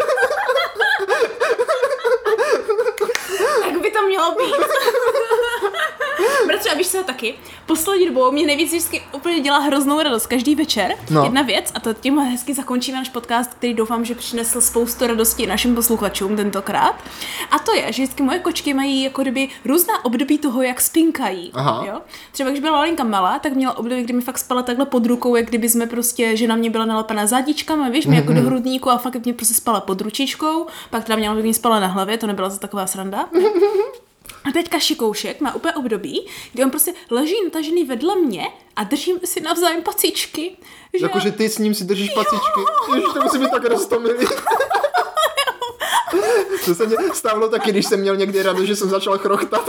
Tak by to mělo být. Bratře, a víš co taky? Poslední dobou mě nejvíc vždycky úplně dělá hroznou radost každý večer. No. Jedna věc, a to tím hezky zakončíme náš podcast, který doufám, že přinesl spoustu radosti našim posluchačům tentokrát. A to je, že vždycky moje kočky mají jako kdyby různá období toho, jak spinkají. Aha. Jo? Třeba když byla Lalinka malá, tak měla období, kdy mi fakt spala takhle pod rukou, jak kdyby jsme prostě, že na mě byla nalepená zádičkama, víš, mě jako do hrudníku a fakt mě prostě spala pod ručičkou, pak teda měla, mě spala na hlavě, to nebyla za taková sranda. A teďka Šikoušek má úplně období, kdy on prostě leží natažený vedle mě a držíme si navzájem pacičky. Jakože já... ty s ním si držíš pacičky. Ježiš, to musí být tak roztomilý. To se mě stávalo taky, když jsem měl někdy radost, že jsem začal chrochtat.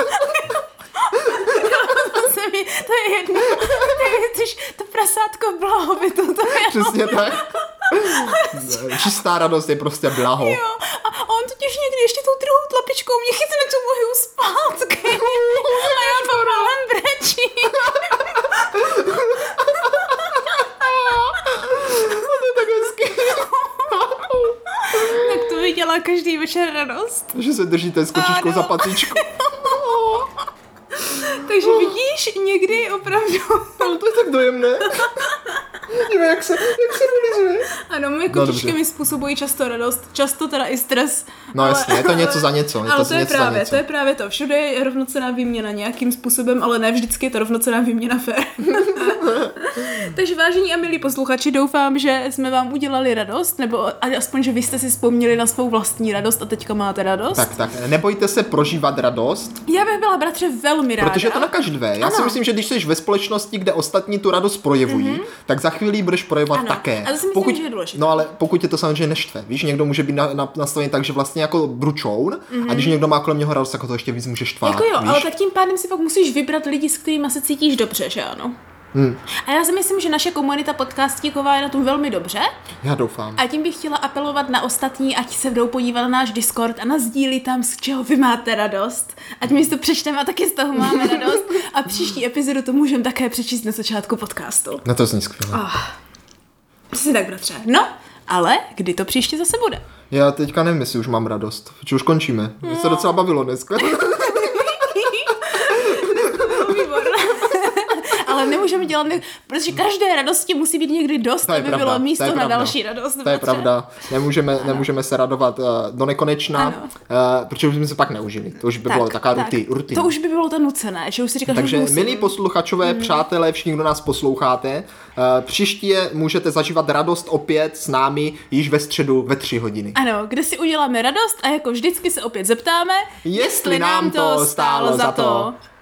Mi, to je jedno, to, je, to prasátko blahobytu, to je přesně tak. Čistá radost je prostě blaho. Jo, a on totiž někdy ještě tou druhou tlapičkou mě chytne tu moju zpátky. A já to málem brečí. To je tak hezky. Tak to mi dělá každý večer radost. Že se držíte s kočičkou za pacičku. Takže vidíš, někdy opravdu... No, to je tak dojemné. Dívej, jak se, jak se vylizuje. Ano, moje kočičky no, mi způsobují často radost, často teda i stres. No ale... jasně, je to něco za něco. Je ale to, to je právě, to je právě to. Všude je rovnocenná výměna nějakým způsobem, ale ne vždycky je to rovnocenná výměna fér. Takže vážení a milí posluchači, doufám, že jsme vám udělali radost, nebo aspoň, že vy jste si vzpomněli na svou vlastní radost a teďka máte radost. Tak, tak, nebojte se prožívat radost. Já bych byla, bratře, velmi ráda. Protože je to nakažlivé. Já ano. si myslím, že když jsi ve společnosti, kde ostatní tu radost projevují, mm-hmm. tak za chvíli budeš projevovat ano. také. Ale si myslím, pokud, že je důležité. No ale pokud je to samozřejmě neštve. Víš, někdo může být na, na, nastavený tak, že vlastně jako bručoun mm-hmm. a když někdo má kolem něho radost, tak to ještě víc může štvát. Jako jo, víš? Ale tak tím pádem si pak musíš vybrat lidi, s kterými se cítíš dobře, že ano? Hmm. A já si myslím, že naše komunita podcastíková je na tom velmi dobře. Já doufám. A tím bych chtěla apelovat na ostatní, ať se jdou podívat na náš Discord a nazdílí tam, z čeho vy máte radost. Ať my si to přečteme a taky z toho máme radost. A příští epizodu to můžeme také přečíst na začátku podcastu. No to zní skvěle. Oh. Přesně tak, bratře. No, ale kdy to příště zase bude? Já teďka nevím, jestli už mám radost. Či už končíme. Mě se docela bavilo dneska. Ale nemůžeme dělat, ne... protože každé radosti musí být někdy dost, aby pravda, bylo místo na pravda. Další radost. To je pravda. Nemůžeme, nemůžeme se radovat uh, do nekonečna, uh, protože už jsme se pak neužili. To už by tak, bylo taková tak. rutina. To už by bylo to nucené, že už si říkáš, takže musím. Milí posluchačové, mm. přátelé, všichni, kdo nás posloucháte, uh, příště můžete zažívat radost opět s námi již ve středu ve tři hodiny. Ano, kde si uděláme radost a jako vždycky se opět zeptáme, jestli, jestli nám to stálo za to.